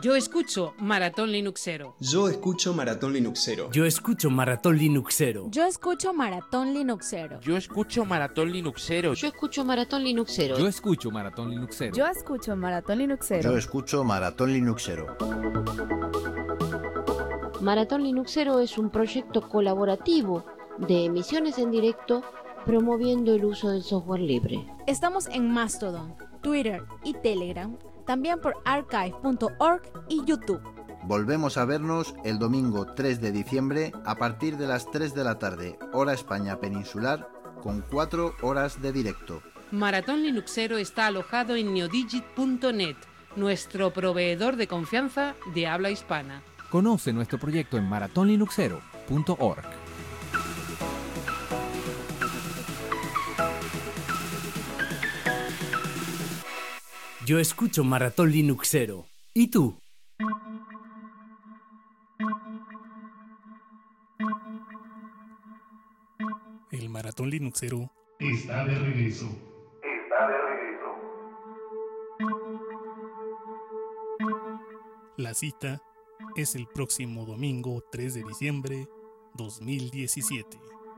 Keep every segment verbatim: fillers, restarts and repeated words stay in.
Yo escucho Maratón Linuxero. Yo escucho Maratón Linuxero. Yo escucho Maratón Linuxero. Yo escucho Maratón Linuxero. Yo escucho Maratón Linuxero. Yo escucho Maratón Linuxero. Yo escucho Maratón Linuxero. Yo escucho Maratón Linuxero. Yo escucho Maratón Linuxero. Maratón Linuxero es un proyecto colaborativo de emisiones en directo promoviendo el uso del software libre. Estamos en Mastodon, Twitter y Telegram, también por archive punto org y YouTube. Volvemos a vernos el domingo tres de diciembre a partir de las tres de la tarde, hora España peninsular, con cuatro horas de directo. Maratón Linuxero está alojado en neodigit punto net, nuestro proveedor de confianza de habla hispana. Conoce nuestro proyecto en maratón linuxero punto org. Yo escucho Maratón Linuxero. ¿Y tú? El Maratón Linuxero está de regreso. Está de regreso. La cita es el próximo domingo tres de diciembre dos mil diecisiete.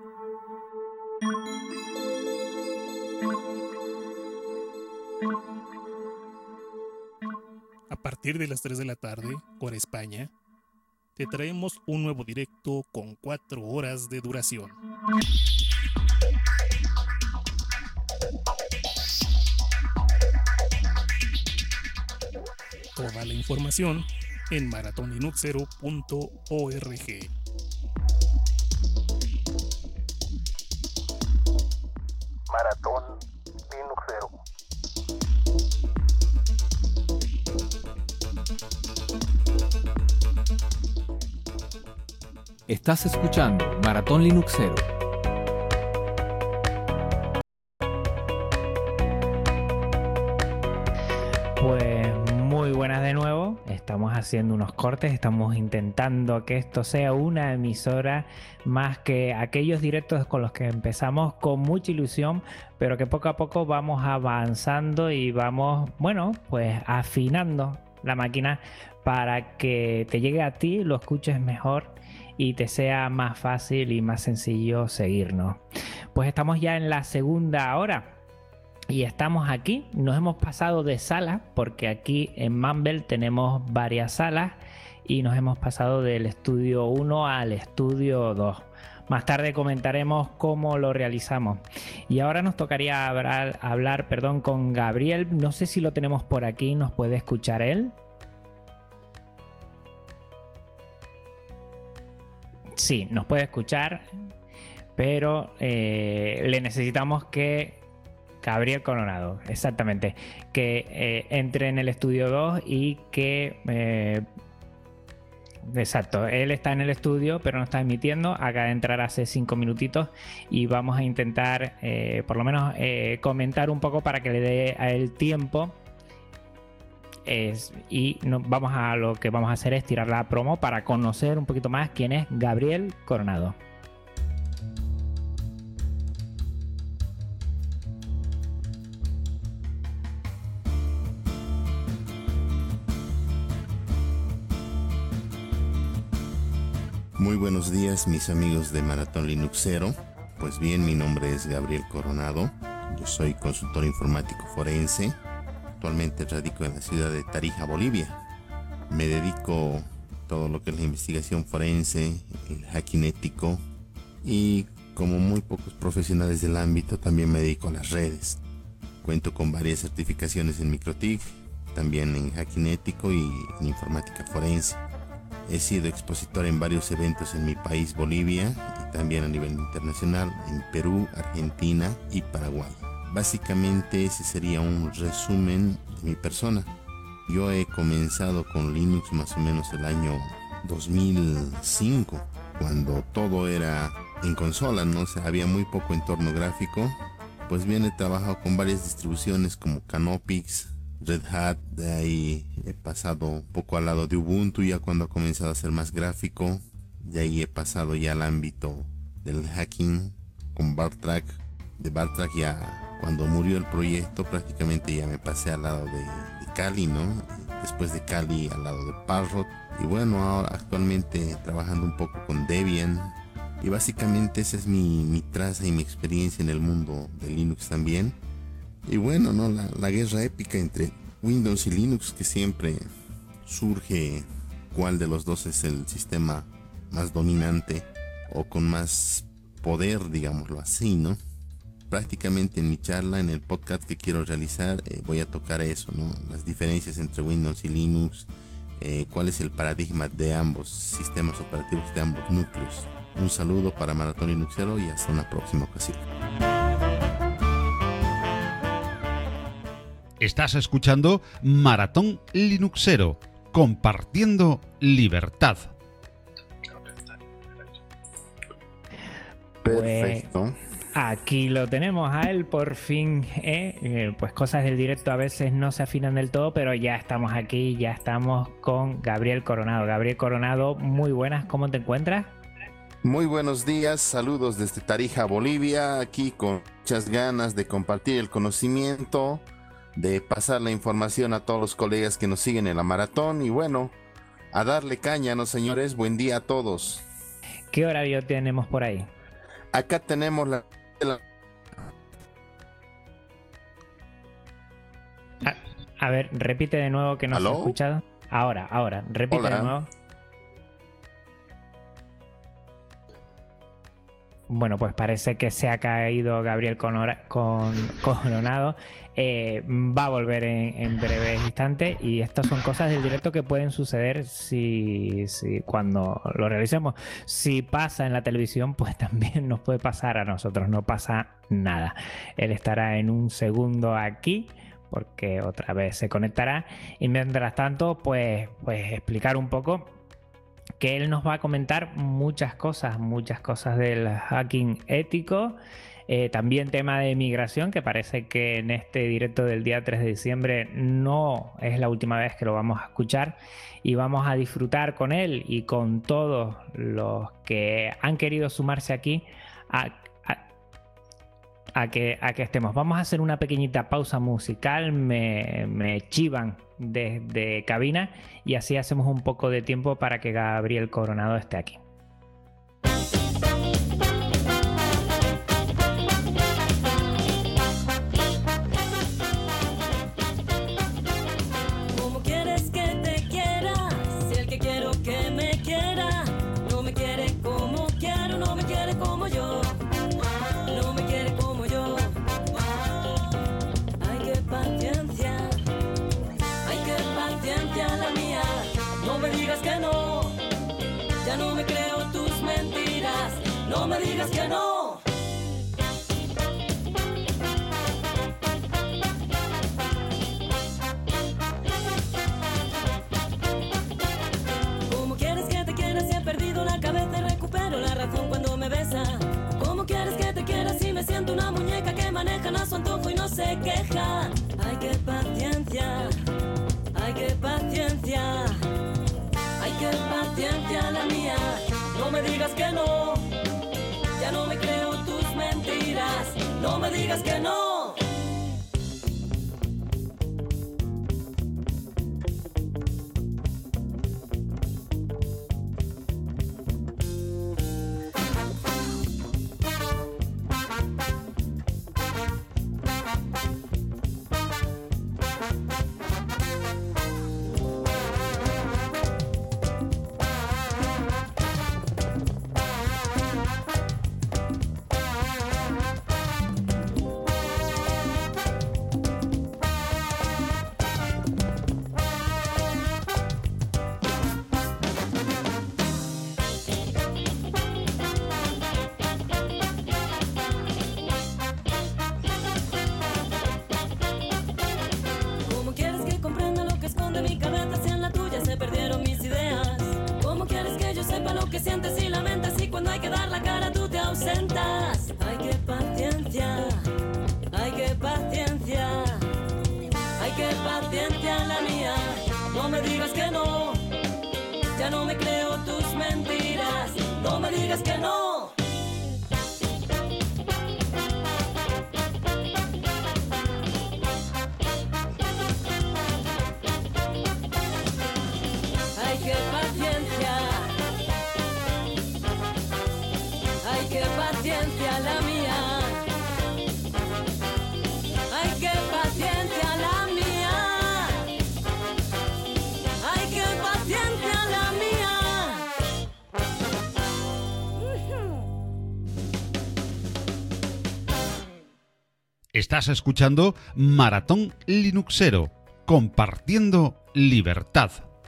A partir de las tres de la tarde, hora España, te traemos un nuevo directo con cuatro horas de duración. Toda la información en maratón linuxero punto org. Maratón Linuxero. Estás escuchando Maratón Linuxero. Pues muy buenas de nuevo. Estamos haciendo unos cortes, estamos intentando que esto sea una emisora más que aquellos directos con los que empezamos con mucha ilusión, pero que poco a poco vamos avanzando y vamos, bueno, pues afinando la máquina para que te llegue a ti, lo escuches mejor y te sea más fácil y más sencillo seguirnos. Pues estamos ya en la segunda hora y estamos aquí. Nos hemos pasado de sala porque aquí en Mumble tenemos varias salas y nos hemos pasado del estudio uno al estudio dos. Más tarde comentaremos cómo lo realizamos. Y ahora nos tocaría hablar, hablar perdón, con Gabriel. No sé si lo tenemos por aquí, ¿nos puede escuchar él? Sí, nos puede escuchar, pero eh, le necesitamos que Gabriel Coronado, exactamente, que eh, entre en el estudio dos y que eh, exacto, él está en el estudio pero no está emitiendo, acaba de entrar hace cinco minutitos y vamos a intentar eh, por lo menos eh, comentar un poco para que le dé a él tiempo. Es, y no, vamos a lo que vamos a hacer es tirar la promo para conocer un poquito más quién es Gabriel Coronado. Muy buenos días mis amigos de Maratón Linuxero. Pues bien, mi nombre es Gabriel Coronado, yo soy consultor informático forense. Actualmente radico en la ciudad de Tarija, Bolivia. Me dedico a todo lo que es la investigación forense, el hacking ético y como muy pocos profesionales del ámbito también me dedico a las redes. Cuento con varias certificaciones en MikroTik, también en hacking ético y en informática forense. He sido expositor en varios eventos en mi país Bolivia y también a nivel internacional en Perú, Argentina y Paraguay. Básicamente ese sería un resumen de mi persona. Yo he comenzado con Linux más o menos el año dos mil cinco, cuando todo era en consola, ¿no? O sea, había muy poco entorno gráfico. Pues bien, he trabajado con varias distribuciones como Canopix, Red Hat, de ahí he pasado un poco al lado de Ubuntu ya cuando ha comenzado a ser más gráfico. De ahí he pasado ya al ámbito del hacking con Bartrack. De Bartrack ya cuando murió el proyecto prácticamente ya me pasé al lado de, de Kali, ¿no? después de Kali al lado de Parrot. Y bueno, ahora actualmente trabajando un poco con Debian. Y básicamente esa es mi, mi traza y mi experiencia en el mundo de Linux también. Y bueno, ¿no? la, la guerra épica entre Windows y Linux, que siempre surge cuál de los dos es el sistema más dominante o con más poder, digámoslo así, ¿no? Prácticamente en mi charla, en el podcast que quiero realizar, eh, voy a tocar eso, ¿no? Las diferencias entre Windows y Linux, eh, cuál es el paradigma de ambos sistemas operativos, de ambos núcleos. Un saludo para Maratón Linuxero y hasta una próxima ocasión. Estás escuchando Maratón Linuxero, compartiendo libertad. Perfecto. Pues aquí lo tenemos a él por fin. ¿eh? Eh, pues cosas del directo a veces no se afinan del todo, pero ya estamos aquí, ya estamos con Gabriel Coronado. Gabriel Coronado, muy buenas, ¿cómo te encuentras? Muy buenos días, saludos desde Tarija, Bolivia, aquí con muchas ganas de compartir el conocimiento, de pasar la información a todos los colegas que nos siguen en la maratón y bueno, a darle caña, ¿no, señores? Buen día a todos. ¿Qué horario tenemos por ahí? Acá tenemos la... la... A, a ver, repite de nuevo que no se ha escuchado. Ahora, ahora, repite Hola. de nuevo. Bueno, pues parece que se ha caído Gabriel Conora, con, Coronado. Eh, va a volver en, en breves instantes y estas son cosas del directo que pueden suceder si, si cuando lo realicemos. Si pasa en la televisión, pues también nos puede pasar a nosotros, no pasa nada. Él estará en un segundo aquí porque otra vez se conectará y mientras tanto pues, pues explicar un poco que él nos va a comentar muchas cosas, muchas cosas del hacking ético, eh, también tema de migración, que parece que en este directo del día tres de diciembre no es la última vez que lo vamos a escuchar y vamos a disfrutar con él y con todos los que han querido sumarse aquí a A que, a que estemos. Vamos a hacer una pequeñita pausa musical, me, me chivan desde cabina y así hacemos un poco de tiempo para que Gabriel Coronado esté aquí. ¿Cómo quieres que te quiera? Si el que quiero que me quiera no me quiere como quiero, no me quiere como yo. No me quiere como yo. Ay, qué paciencia. Ay, qué paciencia la mía. No me digas que no. Ya no me creo tus mentiras. No me digas que no. ¿Cómo quieres que te quiera si he perdido la cabeza y recupero la razón cuando me besa? ¿Cómo quieres que te quiera si me siento una muñeca que manejan a su antojo y no se queja? Ay, qué paciencia, ay, qué paciencia, ay, qué paciencia la mía. No me digas que no, ya no me creo tus mentiras. No me digas que no. ¿Cómo quieres que comprenda lo que esconde mi cabeza si en la tuya se perdieron mis ideas? ¿Cómo quieres que yo sepa lo que sientes y lamentas y cuando hay que dar la cara tú te ausentas? Ay, qué paciencia, ay, qué paciencia, ay, qué paciencia la mía. No me digas que no, ya no me creo tus mentiras. No me digas que no. Estás escuchando Maratón Linuxero, compartiendo libertad.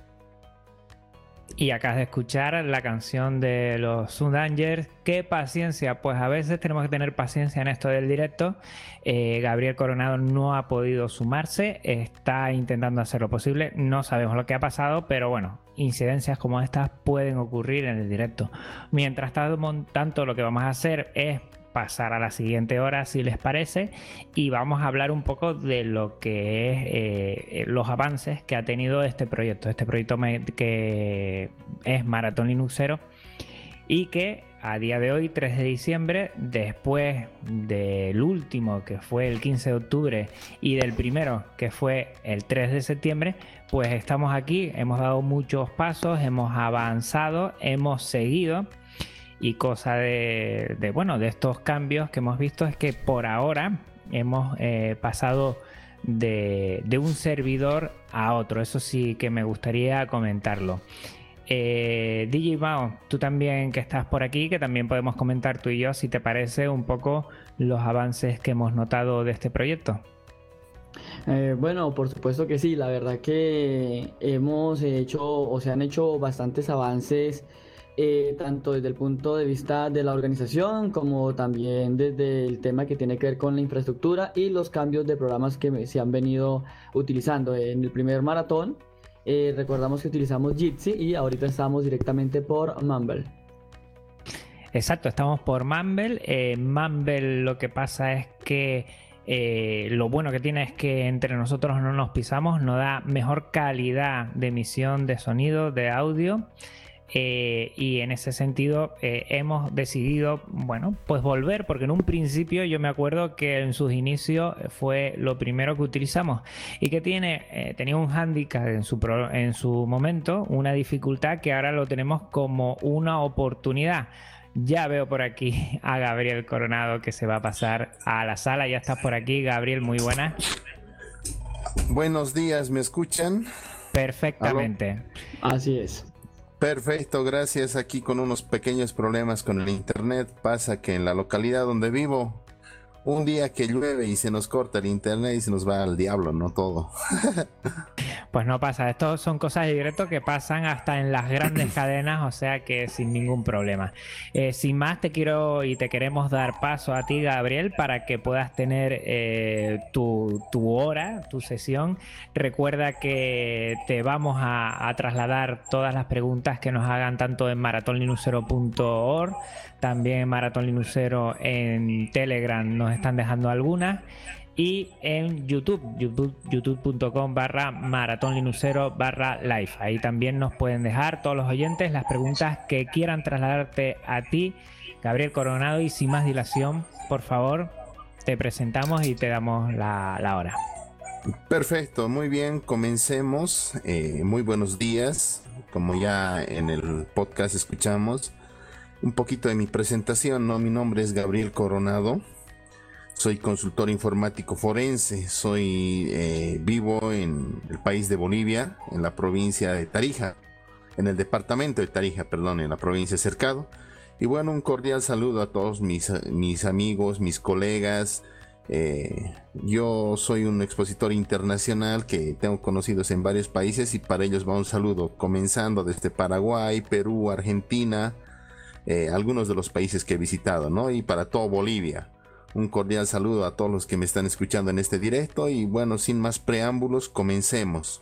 Y acabas de escuchar la canción de los Sundangers. ¡Qué paciencia! Pues a veces tenemos que tener paciencia en esto del directo. Eh, Gabriel Coronado no ha podido sumarse, está intentando hacer lo posible. No sabemos lo que ha pasado, pero bueno, incidencias como estas pueden ocurrir en el directo. Mientras tanto, lo que vamos a hacer es pasar a la siguiente hora, si les parece, y vamos a hablar un poco de lo que es eh, los avances que ha tenido este proyecto, este proyecto que es Maratón Linuxero, y que a día de hoy, tres de diciembre, después del último, que fue el quince de octubre, y del primero, que fue el tres de septiembre, pues estamos aquí, hemos dado muchos pasos, hemos avanzado, hemos seguido. Y cosa de, de, bueno, de estos cambios que hemos visto es que por ahora hemos eh, pasado de, de un servidor a otro. Eso sí que me gustaría comentarlo. Eh, D J Mao, tú también que estás por aquí, que también podemos comentar tú y yo, si te parece, un poco los avances que hemos notado de este proyecto. Eh, bueno, por supuesto que sí. La verdad que hemos hecho, o se han hecho bastantes avances. Eh, tanto desde el punto de vista de la organización como también desde el tema que tiene que ver con la infraestructura y los cambios de programas que se han venido utilizando. En el primer maratón eh, recordamos que utilizamos Jitsi y ahorita estamos directamente por Mumble. Exacto, estamos por Mumble. Eh, Mumble lo que pasa es que eh, lo bueno que tiene es que entre nosotros no nos pisamos, nos da mejor calidad de emisión de sonido, de audio. Eh, y en ese sentido eh, hemos decidido, bueno, pues volver, porque en un principio yo me acuerdo que en sus inicios fue lo primero que utilizamos y que tiene, eh, tenía un hándicap en su, pro, en su momento, una dificultad que ahora lo tenemos como una oportunidad. Ya veo por aquí a Gabriel Coronado que se va a pasar a la sala. Ya estás por aquí, Gabriel, muy buenas. Buenos días, ¿me escuchan? Perfectamente. ¿Aló? Así es. Perfecto, gracias. Aquí con unos pequeños problemas con el internet. Pasa que en la localidad donde vivo, un día que llueve y se nos corta el internet y se nos va al diablo, ¿no? Todo. Pues no pasa, esto son cosas de directo que pasan hasta en las grandes cadenas, o sea que sin ningún problema. Eh, sin más, te quiero y te queremos dar paso a ti, Gabriel, para que puedas tener eh, tu, tu hora, tu sesión. Recuerda que te vamos a, a trasladar todas las preguntas que nos hagan tanto en maraton linuxero punto org, también en Maratón Linuxero en Telegram nos están dejando algunas. Y en YouTube, YouTube youtube.com barra Maratón Linuxero barra live. Ahí también nos pueden dejar todos los oyentes las preguntas que quieran trasladarte a ti, Gabriel Coronado. Y sin más dilación, por favor, te presentamos y te damos la, la hora. Perfecto, muy bien, comencemos. Eh, muy buenos días. Como ya en el podcast escuchamos un poquito de mi presentación, ¿no? Mi nombre es Gabriel Coronado. Soy consultor informático forense, soy eh, vivo en el país de Bolivia, en la provincia de Tarija, en el departamento de Tarija, perdón, en la provincia de Cercado. Y bueno, un cordial saludo a todos mis, mis amigos, mis colegas. Eh, yo soy un expositor internacional que tengo conocidos en varios países y para ellos va un saludo, comenzando desde Paraguay, Perú, Argentina, eh, algunos de los países que he visitado, ¿no? Y para todo Bolivia. Un cordial saludo a todos los que me están escuchando en este directo y bueno, sin más preámbulos, comencemos.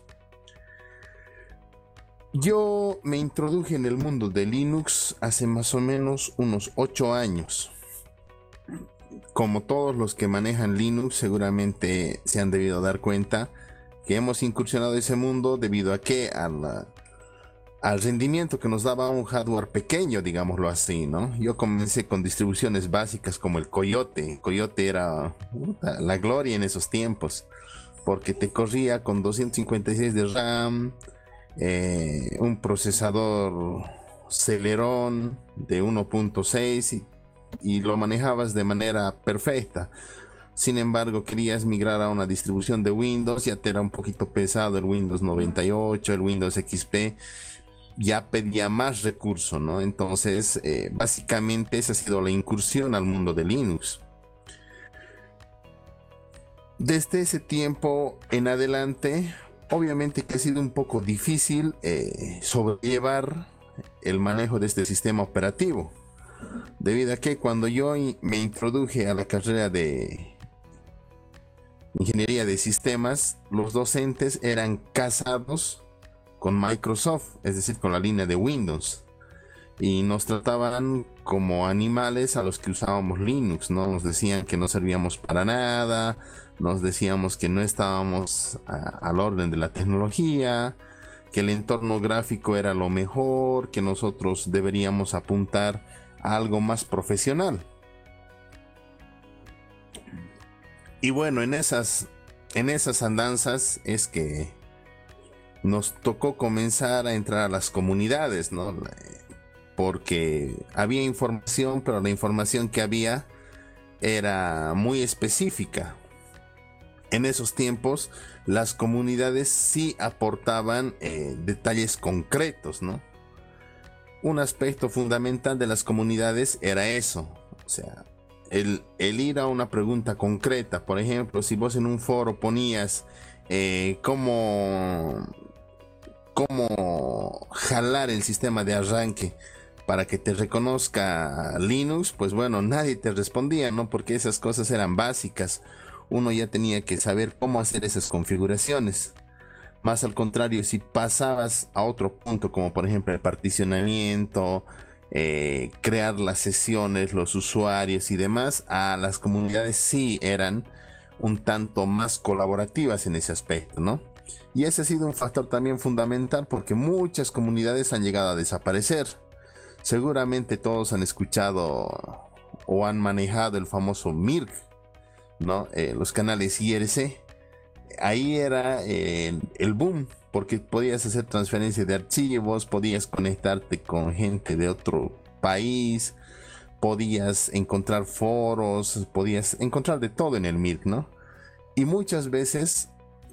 Yo me introduje en el mundo de Linux hace más o menos unos ocho años. Como todos los que manejan Linux seguramente se han debido dar cuenta que hemos incursionado en ese mundo debido a que a la, al rendimiento que nos daba un hardware pequeño, digámoslo así, ¿no? Yo comencé con distribuciones básicas como el Coyote. Coyote era puta, la gloria en esos tiempos, porque te corría con doscientos cincuenta y seis de RAM, eh, un procesador Celeron de uno punto seis y, y lo manejabas de manera perfecta. Sin embargo, querías migrar a una distribución de Windows, ya te era un poquito pesado el Windows noventa y ocho, el Windows X P, ya pedía más recursos, ¿no? Entonces, eh, básicamente esa ha sido la incursión al mundo de Linux. desde ese tiempo en adelante, obviamente que ha sido un poco difícil eh, sobrellevar el manejo de este sistema operativo, debido a que cuando yo me introduje a la carrera de ingeniería de sistemas, los docentes eran casados con Microsoft, es decir, con la línea de Windows, y nos trataban como animales a los que usábamos Linux, ¿no? Nos decían que no servíamos para nada, nos decíamos que no estábamos a, al orden de la tecnología, que el entorno gráfico era lo mejor, que nosotros deberíamos apuntar a algo más profesional. Y bueno, en esas, en esas andanzas es que nos tocó comenzar a entrar a las comunidades, ¿no? Porque había información, pero la información que había era muy específica. En esos tiempos, las comunidades sí aportaban eh, detalles concretos, ¿no? Un aspecto fundamental de las comunidades era eso, o sea, el, el ir a una pregunta concreta. Por ejemplo, si vos en un foro ponías eh, cómo, cómo jalar el sistema de arranque para que te reconozca Linux, pues bueno, nadie te respondía, ¿no? Porque esas cosas eran básicas. Uno ya tenía que saber cómo hacer esas configuraciones. Más al contrario, si pasabas a otro punto, como por ejemplo el particionamiento, eh, crear las sesiones, los usuarios y demás, a las comunidades sí eran un tanto más colaborativas en ese aspecto, ¿no? Y ese ha sido un factor también fundamental, porque muchas comunidades han llegado a desaparecer. Seguramente todos han escuchado o han manejado el famoso Mirk, ¿no? Eh, los canales I R C. Ahí era eh, el boom, porque podías hacer transferencia de archivos, podías conectarte con gente de otro país, podías encontrar foros, podías encontrar de todo en el Mirk, ¿no? Y muchas veces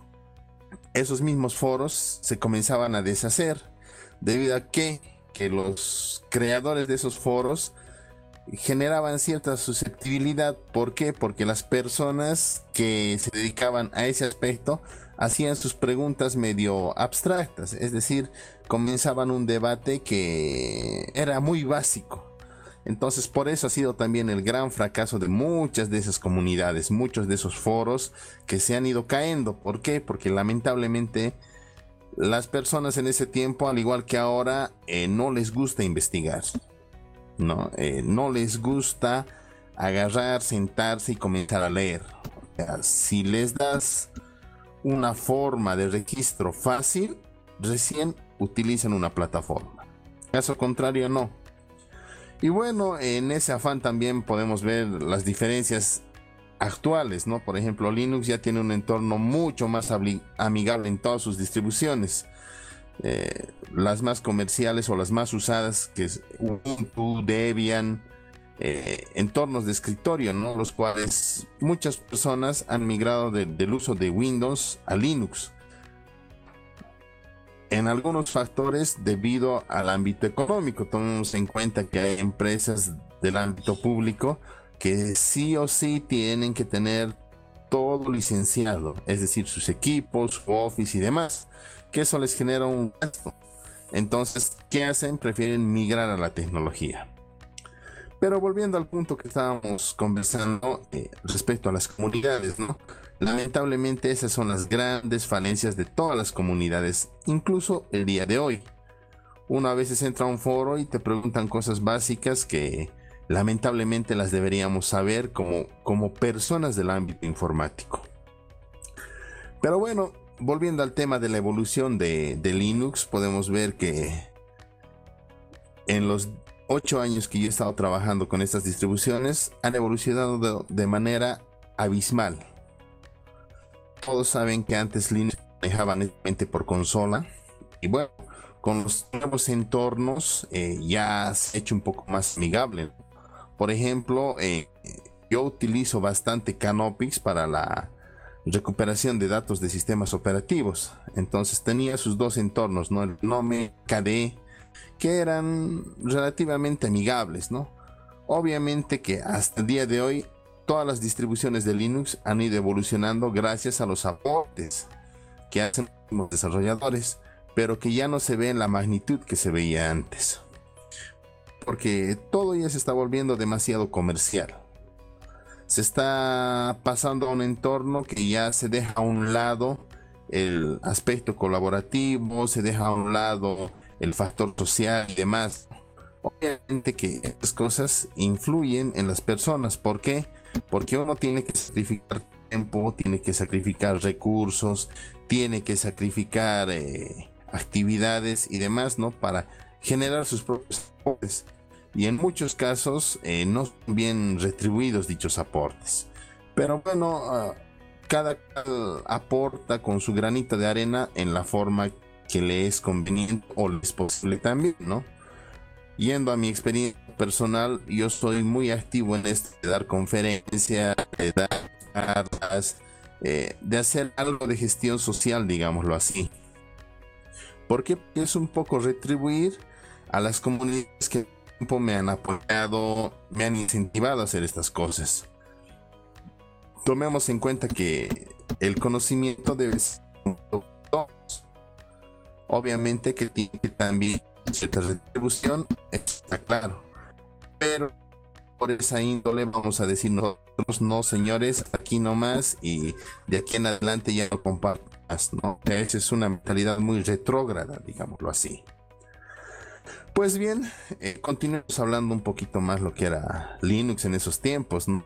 esos mismos foros se comenzaban a deshacer, debido a que, que los creadores de esos foros generaban cierta susceptibilidad. ¿Por qué? Porque las personas que se dedicaban a ese aspecto hacían sus preguntas medio abstractas, es decir, comenzaban un debate que era muy básico. Entonces, por eso ha sido también el gran fracaso de muchas de esas comunidades, muchos de esos foros que se han ido cayendo. ¿Por qué? Porque lamentablemente las personas en ese tiempo, al igual que ahora, eh, no les gusta investigar. No, eh, no les gusta agarrar, sentarse y comenzar a leer. O sea, si les das una forma de registro fácil, recién utilizan una plataforma. Caso contrario, no. Y bueno, en ese afán también podemos ver las diferencias actuales, ¿no? Por ejemplo, Linux ya tiene un entorno mucho más amigable en todas sus distribuciones. Eh, las más comerciales o las más usadas, que es Ubuntu, Debian, eh, entornos de escritorio, ¿no? Los cuales muchas personas han migrado de, del uso de Windows a Linux. En algunos factores debido al ámbito económico. Tomemos en cuenta que hay empresas del ámbito público que sí o sí tienen que tener todo licenciado, es decir, sus equipos, su Office y demás, que eso les genera un gasto. Entonces, ¿qué hacen? Prefieren migrar a la tecnología. Pero volviendo al punto que estábamos conversando eh, respecto a las comunidades, ¿no? Lamentablemente esas son las grandes falencias de todas las comunidades, incluso el día de hoy. Uno a veces entra a un foro y te preguntan cosas básicas que lamentablemente las deberíamos saber como, como personas del ámbito informático. Pero bueno, volviendo al tema de la evolución de, de Linux, podemos ver que en los ocho años que yo he estado trabajando con estas distribuciones, han evolucionado de, de manera abismal. Todos saben que antes Linux manejaba netamente por consola, y bueno, con los nuevos entornos eh, ya se ha hecho un poco más amigable. Por ejemplo, eh, yo utilizo bastante Canopix para la recuperación de datos de sistemas operativos. Entonces tenía sus dos entornos, ¿no? El Gnome K D E, que eran relativamente amigables, ¿no? Obviamente que hasta el día de hoy todas las distribuciones de Linux han ido evolucionando gracias a los aportes que hacen los desarrolladores, pero que ya no se ve en la magnitud que se veía antes. Porque todo ya se está volviendo demasiado comercial. Se está pasando a un entorno que ya se deja a un lado el aspecto colaborativo, se deja a un lado el factor social y demás. Obviamente que estas cosas influyen en las personas. ¿Por qué? Porque uno tiene que sacrificar tiempo, tiene que sacrificar recursos, tiene que sacrificar eh, actividades y demás, ¿no? Para generar sus propios aportes. Y en muchos casos eh, no son bien retribuidos dichos aportes. Pero bueno, uh, cada cual aporta con su granito de arena en la forma que le es conveniente o le es posible también, ¿no? Yendo a mi experiencia personal, yo soy muy activo en esto de dar conferencias, de dar charlas, eh, de hacer algo de gestión social, digámoslo así. ¿Por qué? Porque es un poco retribuir a las comunidades que tiempo me han apoyado, me han incentivado a hacer estas cosas. Tomemos en cuenta que el conocimiento debe ser de todos. Obviamente que tiene que también cierta retribución, está claro, pero por esa índole vamos a decir nosotros, no señores, aquí nomás y de aquí en adelante ya no comparto más, ¿no? Esa es una mentalidad muy retrógrada, digámoslo así. Pues bien, eh, continuemos hablando un poquito más lo que era Linux en esos tiempos, ¿no?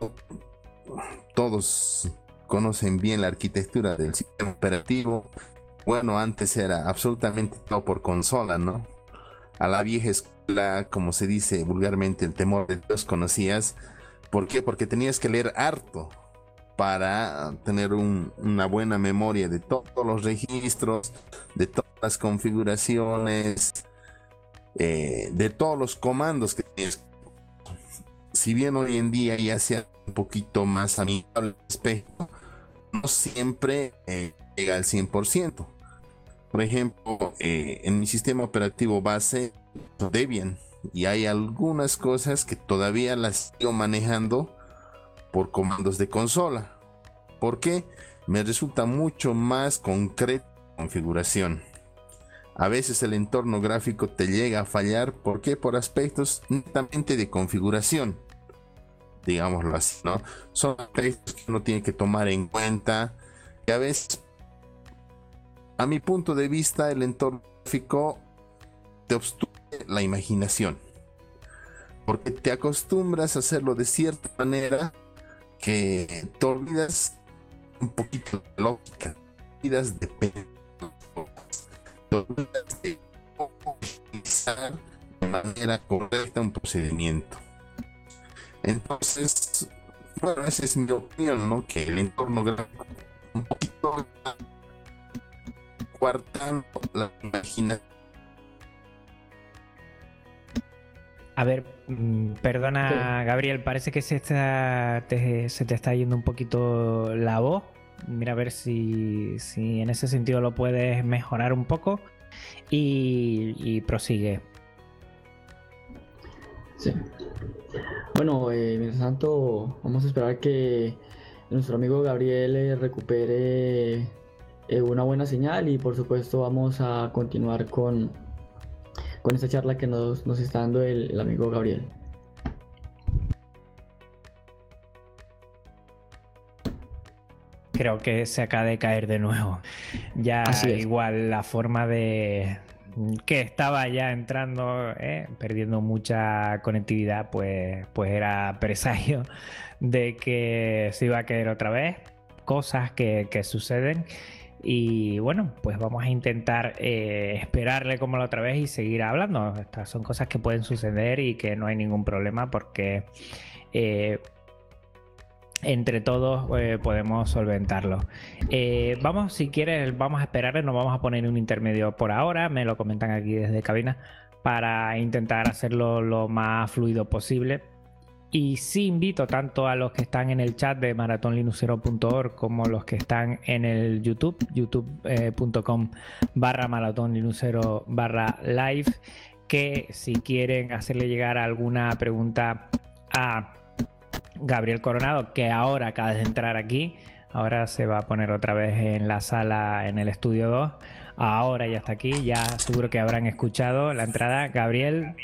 Todos conocen bien la arquitectura del sistema operativo. Bueno, antes era absolutamente todo por consola, ¿no? A la vieja escuela, como se dice vulgarmente, el temor de Dios conocías. ¿Por qué? Porque tenías que leer harto para tener un, una buena memoria de todos los registros, de todas las configuraciones, eh, de todos los comandos que tienes. Si bien hoy en día ya sea un poquito más amigable al aspecto, no siempre eh, llega al cien por ciento. Por ejemplo, eh, en mi sistema operativo base Debian, y hay algunas cosas que todavía las sigo manejando por comandos de consola. ¿Por qué? Me resulta mucho más concreta la configuración. A veces el entorno gráfico te llega a fallar. ¿Por qué? Por aspectos netamente de configuración, digámoslo así, ¿no? Son aspectos que uno tiene que tomar en cuenta, que a veces, a mi punto de vista, el entorno gráfico te obstruye la imaginación, porque te acostumbras a hacerlo de cierta manera que te olvidas un poquito de lógica, te olvidas de pensar, te olvidas de utilizar de manera correcta un procedimiento. Entonces, bueno, esa es mi opinión, ¿no? Que el entorno gráfico un poquito coartando la imaginación. A ver, perdona Gabriel, parece que se, está, te, se te está yendo un poquito la voz. Mira a ver si, si en ese sentido lo puedes mejorar un poco y, y prosigue. Sí. Bueno, eh, mientras tanto, vamos a esperar que nuestro amigo Gabriel eh, recupere eh, una buena señal y por supuesto vamos a continuar con, con esta charla que nos, nos está dando el, el amigo Gabriel. Creo que se acaba de caer de nuevo. Ya igual la forma de... que estaba ya entrando, eh, perdiendo mucha conectividad, pues, pues era presagio de que se iba a caer otra vez, cosas que, que suceden y bueno, pues vamos a intentar eh, esperarle como la otra vez y seguir hablando. Estas son cosas que pueden suceder y que no hay ningún problema porque eh, entre todos eh, podemos solventarlo. Eh, vamos, si quieres, vamos a esperar, nos vamos a poner un intermedio por ahora, me lo comentan aquí desde cabina, para intentar hacerlo lo más fluido posible. Y sí invito tanto a los que están en el chat de maraton linuxero punto org como los que están en el YouTube, youtube punto com barra maraton linuxero barra live, que si quieren hacerle llegar alguna pregunta a Gabriel Coronado, que ahora acaba de entrar aquí. Ahora se va a poner otra vez en la sala, en el estudio dos. Ahora ya está aquí, ya seguro que habrán escuchado la entrada. Gabriel.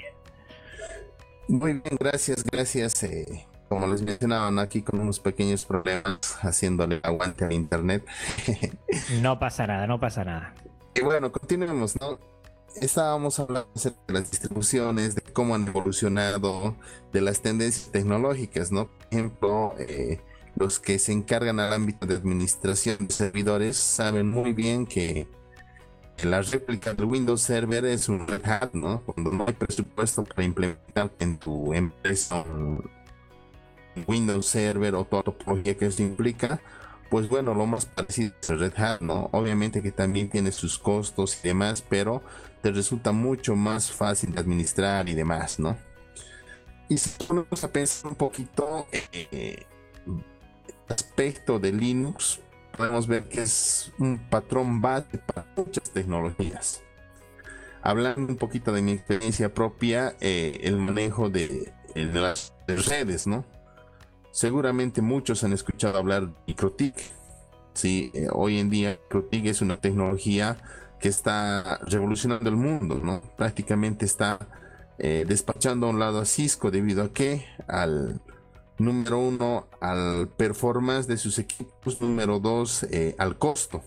Muy bien, gracias, gracias. Eh, como les mencionaban, aquí con unos pequeños problemas haciéndole aguante a internet. No pasa nada, no pasa nada. Y bueno, continuemos, ¿no? Estábamos hablando acerca de las distribuciones, de cómo han evolucionado, de las tendencias tecnológicas, ¿no? Por ejemplo, eh, los que se encargan al ámbito de administración de servidores saben muy bien que la réplica del Windows Server es un Red Hat, ¿no? Cuando no hay presupuesto para implementar en tu empresa un Windows Server o toda topología que eso implica, pues bueno, lo más parecido es el Red Hat, ¿no? Obviamente que también tiene sus costos y demás, pero te resulta mucho más fácil de administrar y demás, ¿no? Y si ponemos a pensar un poquito eh, el aspecto de Linux, podemos ver que es un patrón base para muchas tecnologías. Hablando un poquito de mi experiencia propia, eh, el manejo de, de las de redes, ¿no? Seguramente muchos han escuchado hablar de MikroTik. Sí, eh, hoy en día MikroTik es una tecnología que está revolucionando el mundo, ¿no? Prácticamente está eh, despachando a un lado a Cisco debido a que al número uno, al performance de sus equipos, número dos, eh, al costo.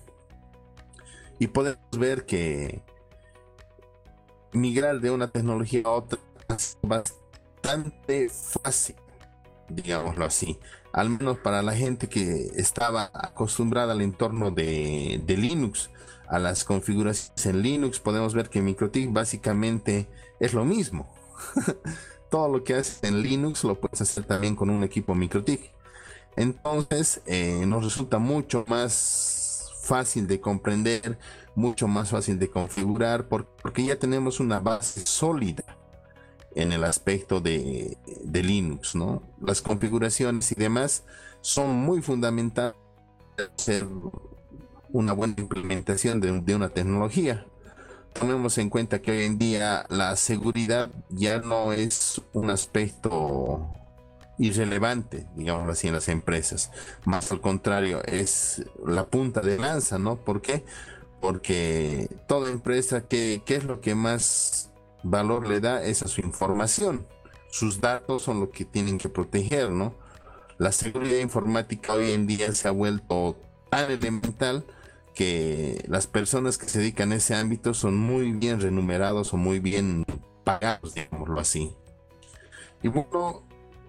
Y podemos ver que migrar de una tecnología a otra es bastante fácil, digámoslo así, al menos para la gente que estaba acostumbrada al entorno de, de Linux, a las configuraciones en Linux. Podemos ver que MikroTik básicamente es lo mismo. Todo lo que haces en Linux lo puedes hacer también con un equipo MikroTik. Entonces eh, nos resulta mucho más fácil de comprender, mucho más fácil de configurar, porque ya tenemos una base sólida en el aspecto de, de Linux, ¿no? Las configuraciones y demás son muy fundamentales para hacer una buena implementación de, de una tecnología. Tomemos en cuenta que hoy en día la seguridad ya no es un aspecto irrelevante, digámoslo así, en las empresas. Más al contrario, es la punta de lanza, ¿no? ¿Por qué? Porque toda empresa, ¿qué, qué es lo que más valor le da? Es a su información. Sus datos son lo que tienen que proteger, ¿no? La seguridad informática hoy en día se ha vuelto tan elemental que las personas que se dedican a ese ámbito son muy bien remunerados o muy bien pagados, digámoslo así. Y bueno,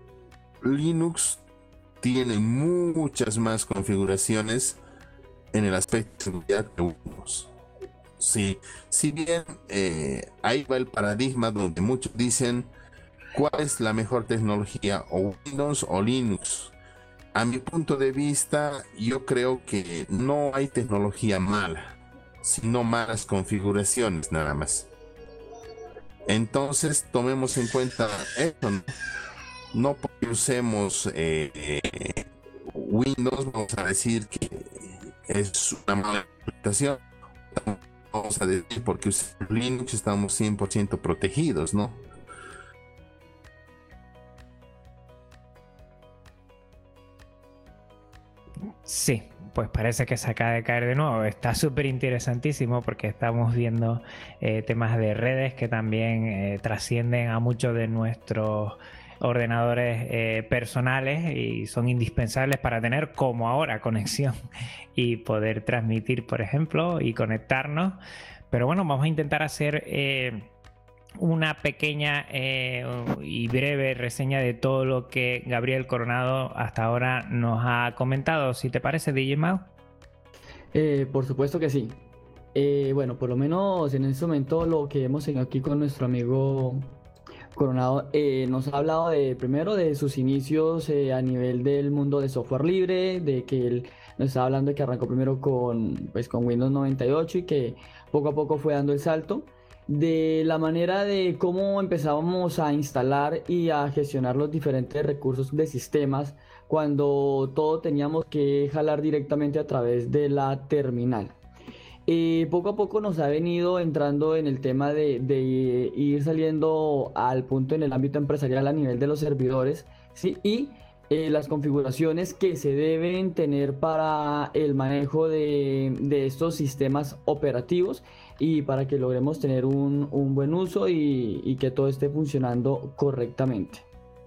Linux tiene muchas más configuraciones en el aspecto de seguridad que Windows. Sí, si bien eh, ahí va el paradigma donde muchos dicen cuál es la mejor tecnología, o Windows o Linux. A mi punto de vista, yo creo que no hay tecnología mala, sino malas configuraciones nada más. Entonces tomemos en cuenta esto, ¿no? No porque usemos eh, Windows vamos a decir que es una mala implementación. Vamos a decir porque usamos Linux estamos cien por ciento protegidos, ¿no? Sí, pues parece que se acaba de caer de nuevo. Está súper interesantísimo porque estamos viendo eh, temas de redes que también eh, trascienden a muchos de nuestros ordenadores eh, personales y son indispensables para tener, como ahora, conexión y poder transmitir, por ejemplo, y conectarnos. Pero bueno, vamos a intentar hacer eh, una pequeña eh, y breve reseña de todo lo que Gabriel Coronado hasta ahora nos ha comentado. Si te parece, D J Mau. Eh, por supuesto que sí. Eh, bueno, por lo menos en este momento lo que hemos tenido aquí con nuestro amigo Coronado eh, nos ha hablado de primero de sus inicios eh, a nivel del mundo de software libre, de que él nos estaba hablando de que arrancó primero con, pues, con Windows noventa y ocho y que poco a poco fue dando el salto, de la manera de cómo empezábamos a instalar y a gestionar los diferentes recursos de sistemas cuando todo teníamos que jalar directamente a través de la terminal. Y poco a poco nos ha venido entrando en el tema de, de ir saliendo al punto en el ámbito empresarial a nivel de los servidores, ¿sí? Y eh, las configuraciones que se deben tener para el manejo de, de estos sistemas operativos y para que logremos tener un, un buen uso y, y que todo esté funcionando correctamente.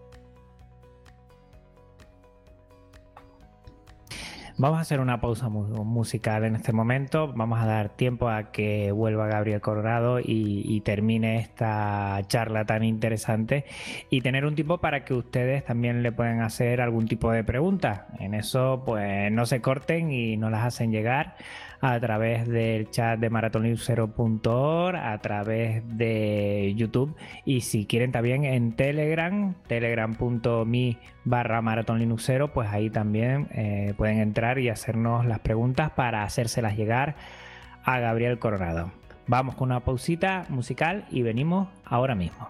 Vamos a hacer una pausa mu- musical en este momento. Vamos a dar tiempo a que vuelva Gabriel Coronado y, y termine esta charla tan interesante y tener un tiempo para que ustedes también le puedan hacer algún tipo de pregunta. En eso, pues no se corten y nos las hacen llegar a través del chat de maraton linux cero punto org, a través de YouTube y si quieren también en Telegram, telegram punto me barra maraton linux cero, pues ahí también eh, pueden entrar y hacernos las preguntas para hacérselas llegar a Gabriel Coronado. Vamos con una pausita musical y venimos ahora mismo.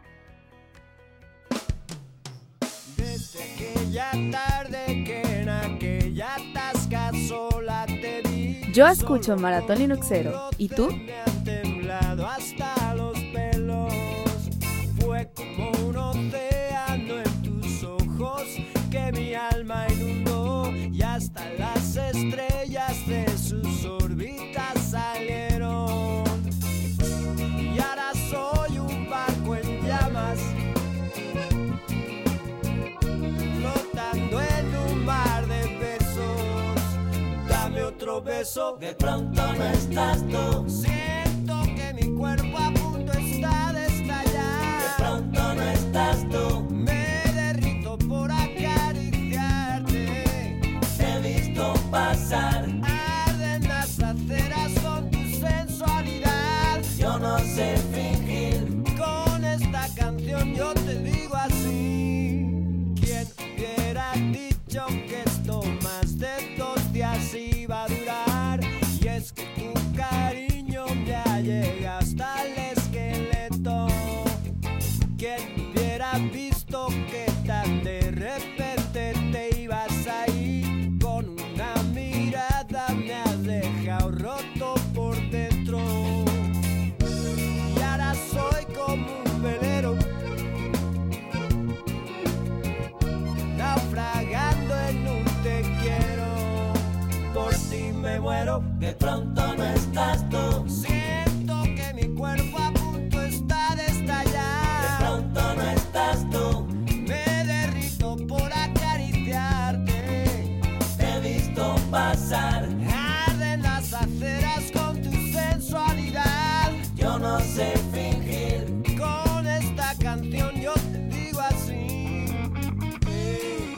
Desde aquella tarde que en aquella tasca sola te vi. Yo escucho Maratón Linuxero. ¿Y tú? Me han temblado hasta los pelos. Fue como un océano en tus ojos que mi alma inundó y hasta las estrellas de sus órbitas salieron. Y ahora soy un barco en llamas, flotando en un mar de besos. Dame otro beso, de pronto no estás tú. Siento que mi cuerpo a punto está de estallar. De pronto no estás tú. Me derrito por acariciarte. Te he visto pasar. Arden las aceras con tu sensualidad. Yo no sé fingir. Con esta canción yo te digo así. ¿Quién hubiera dicho que esto más de dos días iba a durar? Y es que tu cariño me ha llegado hasta el esqueleto. ¿Quién hubiera visto que tan de repente te ibas a ir? Con una mirada me has dejado roto por dentro. Y ahora soy como un velero, naufragando en un te quiero. Por ti me muero, de pronto no estás tú. Siento que mi cuerpo a punto está de estallar. De pronto no estás tú. Me derrito por acariciarte. Te he visto pasar. Arden las aceras con tu sensualidad. Yo no sé fingir. Con esta canción yo te digo así. Eh.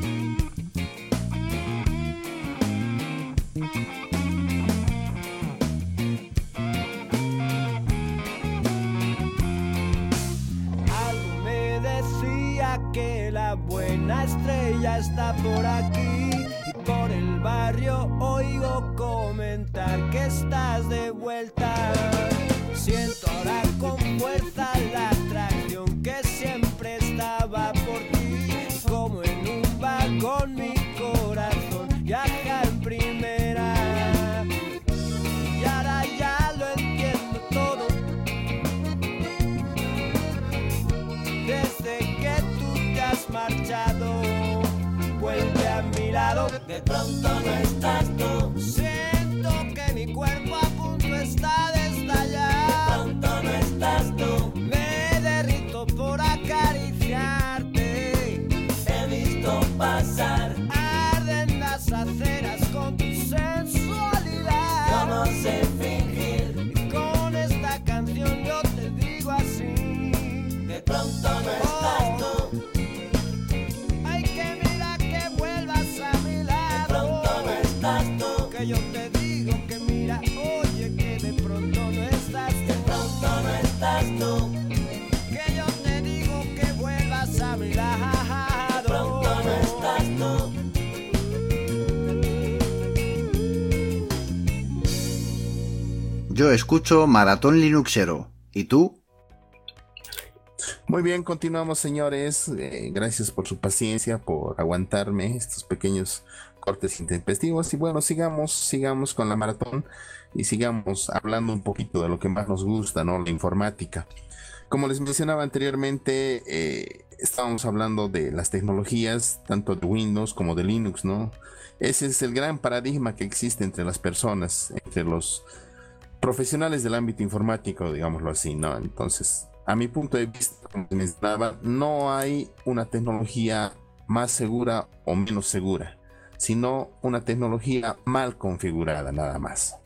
Algo me decía que la buena estrella está por aquí. Y por el barrio oigo comentar que estás de vuelta. Siento ahora con fuerza la atracción que siempre estaba por ti. Como en un vagón mi corazón viaja en primera. Y ahora ya lo entiendo todo. Desde que tú te has marchado, vuelve a mi lado. De pronto no estás tú. Siento que mi cuerpo a punto está de estallar. De pronto no estás tú. Me derrito por acariciarte. Te he visto pasar. Arden las aceras con tu sensualidad. Yo no sé fingir. Y con esta canción yo te digo así. De pronto no estás tú. Ay, que mira que vuelvas a mi lado. De pronto no estás tú. Que yo te digo que mira, oye, que de pronto no estás tú. De pronto no estás tú. Que yo te digo que vuelvas a mi lado. De pronto no estás tú. Yo escucho Maratón Linuxero. ¿Y tú? Muy bien, continuamos, señores. Eh, gracias por su paciencia, por aguantarme estos pequeños cortes intempestivos. Y bueno, sigamos, sigamos con la maratón y sigamos hablando un poquito de lo que más nos gusta, ¿no? La informática. Como les mencionaba anteriormente, eh, estábamos hablando de las tecnologías, tanto de Windows como de Linux, ¿no? Ese es el gran paradigma que existe entre las personas, entre los profesionales del ámbito informático, digámoslo así, ¿no? Entonces, a mi punto de vista, como les mencionaba, no hay una tecnología más segura o menos segura, sino una tecnología mal configurada, nada más.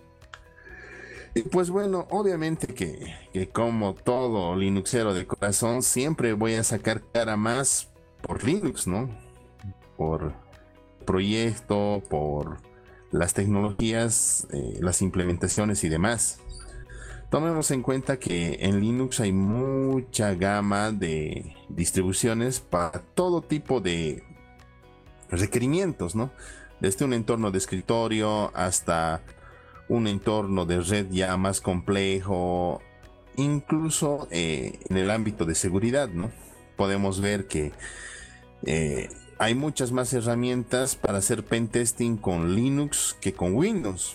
Y pues bueno, obviamente que, que como todo linuxero de corazón, siempre voy a sacar cara más por Linux, ¿no? Por proyecto, por las tecnologías, eh, las implementaciones y demás. Tomemos en cuenta que en Linux hay mucha gama de distribuciones para todo tipo de requerimientos, ¿no? Desde un entorno de escritorio hasta un entorno de red ya más complejo, incluso eh, en el ámbito de seguridad, ¿no? Podemos ver que eh, hay muchas más herramientas para hacer pentesting con Linux que con Windows.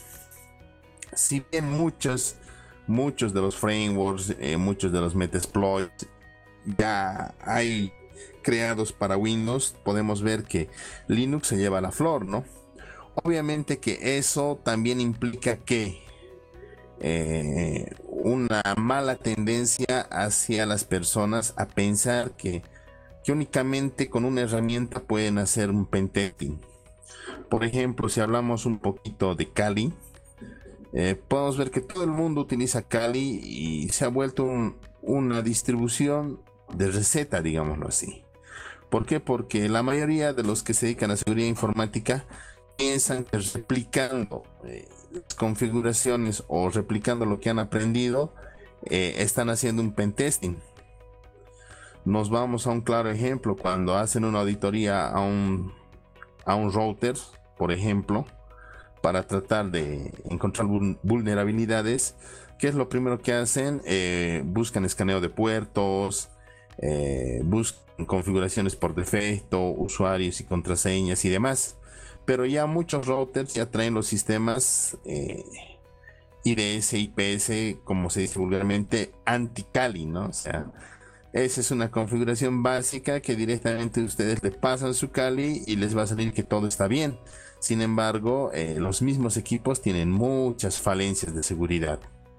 Si bien muchos, muchos de los frameworks, eh, muchos de los metasploits ya hay creados para Windows, podemos ver que Linux se lleva la flor, ¿no? Obviamente que eso también implica que eh, una mala tendencia hacia las personas a pensar que, que únicamente con una herramienta pueden hacer un pentesting. Por ejemplo, si hablamos un poquito de Kali, eh, podemos ver que todo el mundo utiliza Kali y se ha vuelto un, una distribución de receta, digámoslo así. ¿Por qué? Porque la mayoría de los que se dedican a seguridad informática piensan que replicando eh, las configuraciones o replicando lo que han aprendido eh, están haciendo un pentesting. Nos vamos a un claro ejemplo: cuando hacen una auditoría a un, a un router, por ejemplo, para tratar de encontrar vulnerabilidades, ¿qué es lo primero que hacen? Eh, buscan escaneo de puertos, eh, buscan configuraciones por defecto, usuarios y contraseñas y demás. Pero ya muchos routers ya traen los sistemas eh, I D S, I P S, como se dice vulgarmente, anti-Kali, ¿no? O sea, esa es una configuración básica que directamente ustedes le pasan su Kali y les va a salir que todo está bien. Sin embargo, eh, los mismos equipos tienen muchas falencias de seguridad.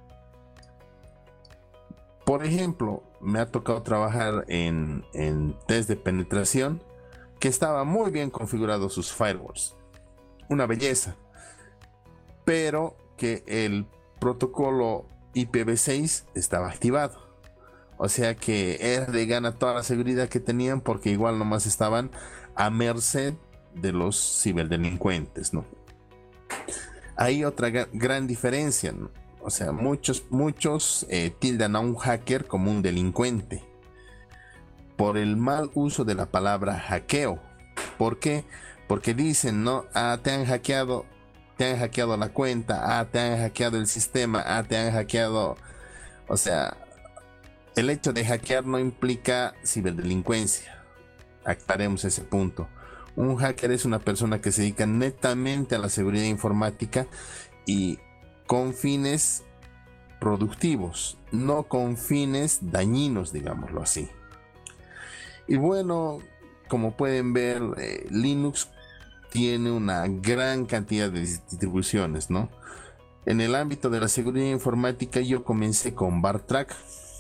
Por ejemplo, me ha tocado trabajar en, en test de penetración, que estaba muy bien configurado sus firewalls, una belleza, pero que el protocolo I P v seis estaba activado, o sea que era de gana toda la seguridad que tenían, porque igual nomás estaban a merced de los ciberdelincuentes, ¿no? Hay otra gran diferencia, ¿no? O sea, muchos, muchos eh, tildan a un hacker como un delincuente por el mal uso de la palabra hackeo. ¿Por qué? Porque dicen, ¿no? Ah, te han hackeado, te han hackeado la cuenta, ah, te han hackeado el sistema, ah, te han hackeado. O sea, el hecho de hackear no implica ciberdelincuencia. Aclaremos ese punto. Un hacker es una persona que se dedica netamente a la seguridad informática y con fines productivos, no con fines dañinos, digámoslo así. Y bueno, como pueden ver, eh, Linux tiene una gran cantidad de distribuciones, ¿no? En el ámbito de la seguridad informática yo comencé con Bartrack.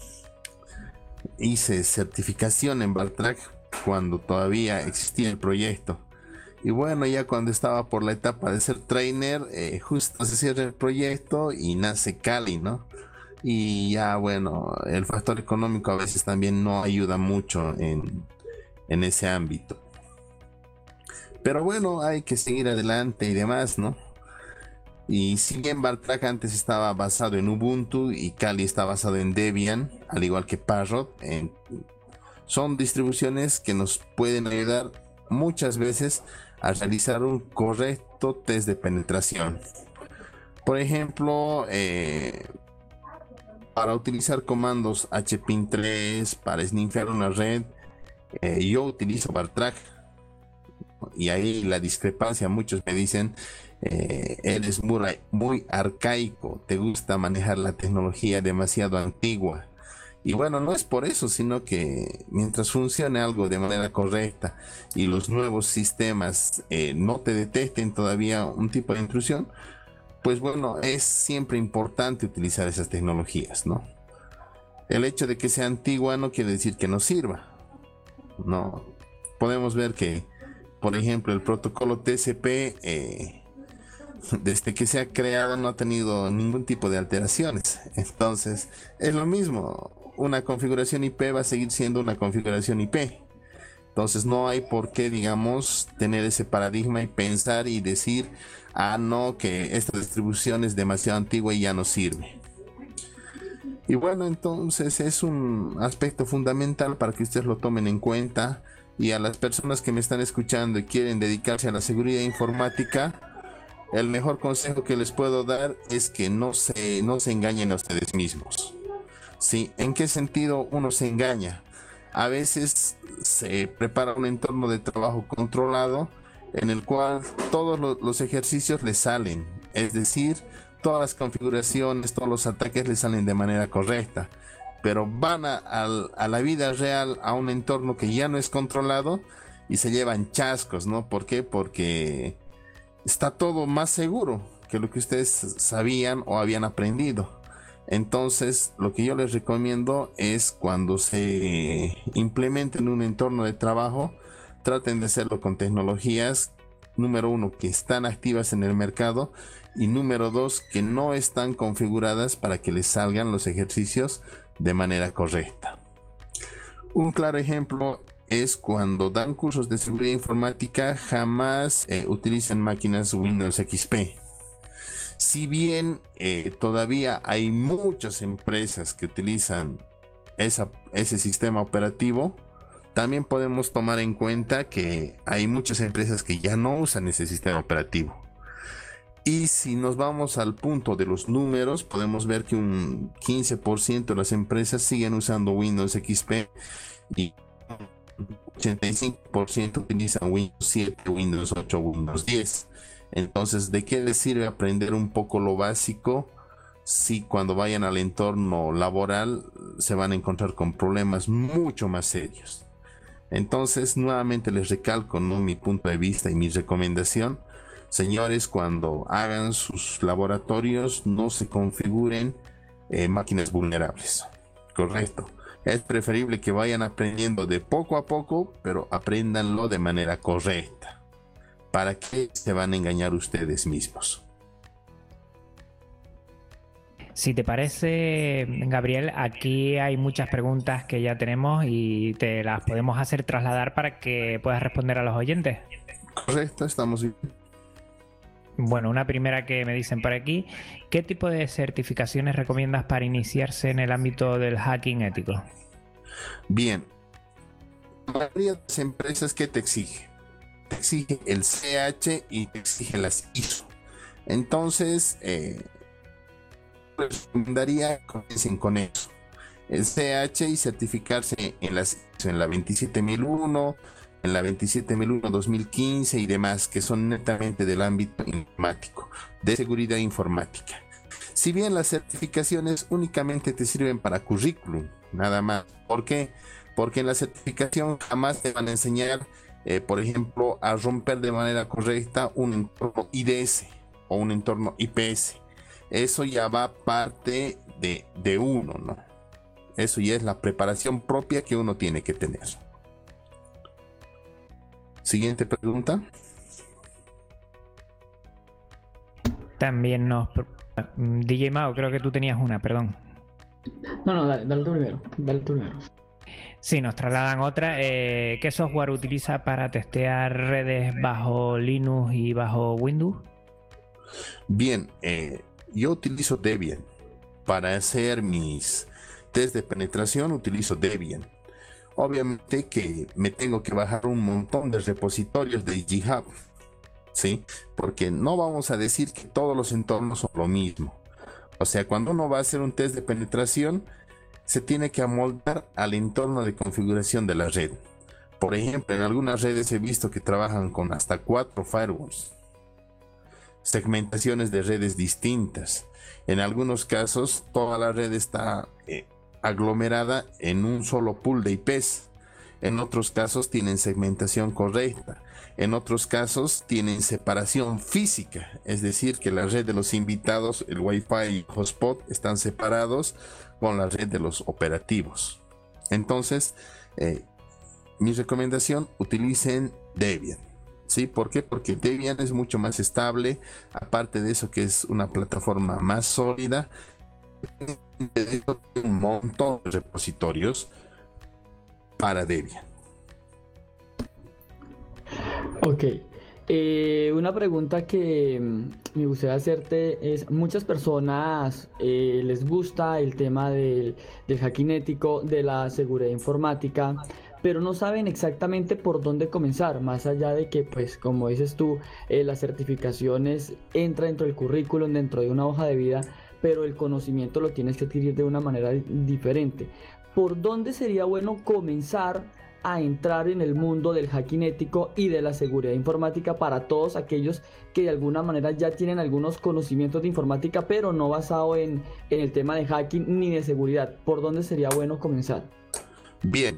Hice certificación en Bartrack cuando todavía existía el proyecto. Y bueno, ya cuando estaba por la etapa de ser trainer, eh, justo se cierra el proyecto y nace Kali, ¿no? Y ya bueno, el factor económico a veces también no ayuda mucho en, en ese ámbito. Pero bueno, hay que seguir adelante y demás, ¿no? Y si bien Bartrack antes estaba basado en Ubuntu y Kali está basado en Debian, al igual que Parrot, en, son distribuciones que nos pueden ayudar muchas veces a realizar un correcto test de penetración. Por ejemplo, eh, para utilizar comandos H P I N tres, para snifear una red, eh, yo utilizo Bartrack. Y ahí la discrepancia, muchos me dicen, eh, eres muy, muy arcaico, te gusta manejar la tecnología demasiado antigua. Y bueno, no es por eso, sino que mientras funcione algo de manera correcta y los nuevos sistemas eh, no te detecten todavía un tipo de intrusión, pues bueno, es siempre importante utilizar esas tecnologías, ¿no? El hecho de que sea antigua no quiere decir que no sirva, ¿no? Podemos ver que, por ejemplo, el protocolo T C P, eh, desde que se ha creado no ha tenido ningún tipo de alteraciones. Entonces, es lo mismo. Una configuración I P va a seguir siendo una configuración I P. Entonces no hay por qué, digamos, tener ese paradigma y pensar y decir, ah, no, que esta distribución es demasiado antigua y ya no sirve. Y bueno, entonces es un aspecto fundamental para que ustedes lo tomen en cuenta. Y a las personas que me están escuchando y quieren dedicarse a la seguridad informática, el mejor consejo que les puedo dar es que no se, no se engañen a ustedes mismos. ¿Sí? ¿En qué sentido uno se engaña? A veces se prepara un entorno de trabajo controlado en el cual todos los, los ejercicios le salen. Es decir, todas las configuraciones, todos los ataques le salen de manera correcta. Pero van a, a, a la vida real, a un entorno que ya no es controlado y se llevan chascos, ¿no? ¿Por qué? Porque está todo más seguro que lo que ustedes sabían o habían aprendido. Entonces, lo que yo les recomiendo es cuando se implementen en un entorno de trabajo, traten de hacerlo con tecnologías, número uno, que están activas en el mercado, y número dos, que no están configuradas para que les salgan los ejercicios de manera correcta. Un claro ejemplo es cuando dan cursos de seguridad informática, jamás eh, utilizan máquinas Windows X P. Si bien eh, todavía hay muchas empresas que utilizan esa, ese sistema operativo, también podemos tomar en cuenta que hay muchas empresas que ya no usan ese sistema operativo. Y si nos vamos al punto de los números, podemos ver que un quince por ciento de las empresas siguen usando Windows X P y ochenta y cinco por ciento utilizan Windows siete, Windows ocho, Windows diez. Entonces, ¿de qué les sirve aprender un poco lo básico si cuando vayan al entorno laboral se van a encontrar con problemas mucho más serios? Entonces, nuevamente les recalco, ¿no?, mi punto de vista y mi recomendación. Señores, cuando hagan sus laboratorios, no se configuren eh, máquinas vulnerables. Correcto. Es preferible que vayan aprendiendo de poco a poco, pero apréndanlo de manera correcta. ¿Para qué se van a engañar ustedes mismos? Si te parece, Gabriel, aquí hay muchas preguntas que ya tenemos y te las podemos hacer trasladar para que puedas responder a los oyentes. Correcto, estamos bien. Bueno, una primera que me dicen por aquí: ¿qué tipo de certificaciones recomiendas para iniciarse en el ámbito del hacking ético? Bien, la mayoría de las empresas, ¿qué te exige? Te exige el C H y te exige las I S O. Entonces, eh, les recomendaría que comiencen con eso. El C H y certificarse en las I S O, en la veintisiete mil uno, en la veintisiete mil uno dos mil quince y demás, que son netamente del ámbito informático, de seguridad informática. Si bien las certificaciones únicamente te sirven para currículum, nada más. ¿Por qué? Porque en la certificación jamás te van a enseñar, eh, por ejemplo, a romper de manera correcta un entorno I D S o un entorno I P S. Eso ya va parte de, de uno, ¿no? Eso ya es la preparación propia que uno tiene que tener. Siguiente pregunta. También nos... D J Mao, creo que tú tenías una, perdón. No, no, dale, dale tú primero. Dale tú primero. Sí, nos trasladan otra. Eh, ¿Qué software utiliza para testear redes bajo Linux y bajo Windows? Bien, eh, yo utilizo Debian. Para hacer mis test de penetración utilizo Debian. Obviamente que me tengo que bajar un montón de repositorios de GitHub, ¿sí? Porque no vamos a decir que todos los entornos son lo mismo. O sea, cuando uno va a hacer un test de penetración, se tiene que amoldar al entorno de configuración de la red. Por ejemplo, en algunas redes he visto que trabajan con hasta cuatro firewalls, segmentaciones de redes distintas. En algunos casos, toda la red está eh, aglomerada en un solo pool de I Pes. En otros casos tienen segmentación correcta. En otros casos tienen separación física, es decir, que la red de los invitados, el Wi-Fi y el hotspot están separados con la red de los operativos. Entonces, eh, mi recomendación, utilicen Debian. ¿Sí? ¿Por qué? Porque Debian es mucho más estable, aparte de eso que es una plataforma más sólida. Un montón de repositorios para Debian. Ok, eh, una pregunta que mm, me gustaría hacerte es, muchas personas eh, les gusta el tema del, del hacking ético, de la seguridad informática, pero no saben exactamente por dónde comenzar, más allá de que, pues, como dices tú, eh, las certificaciones entran dentro del currículum, dentro de una hoja de vida, pero el conocimiento lo tienes que adquirir de una manera diferente. ¿Por dónde sería bueno comenzar a entrar en el mundo del hacking ético y de la seguridad informática para todos aquellos que de alguna manera ya tienen algunos conocimientos de informática, pero no basado en, en el tema de hacking ni de seguridad? ¿Por dónde sería bueno comenzar? Bien.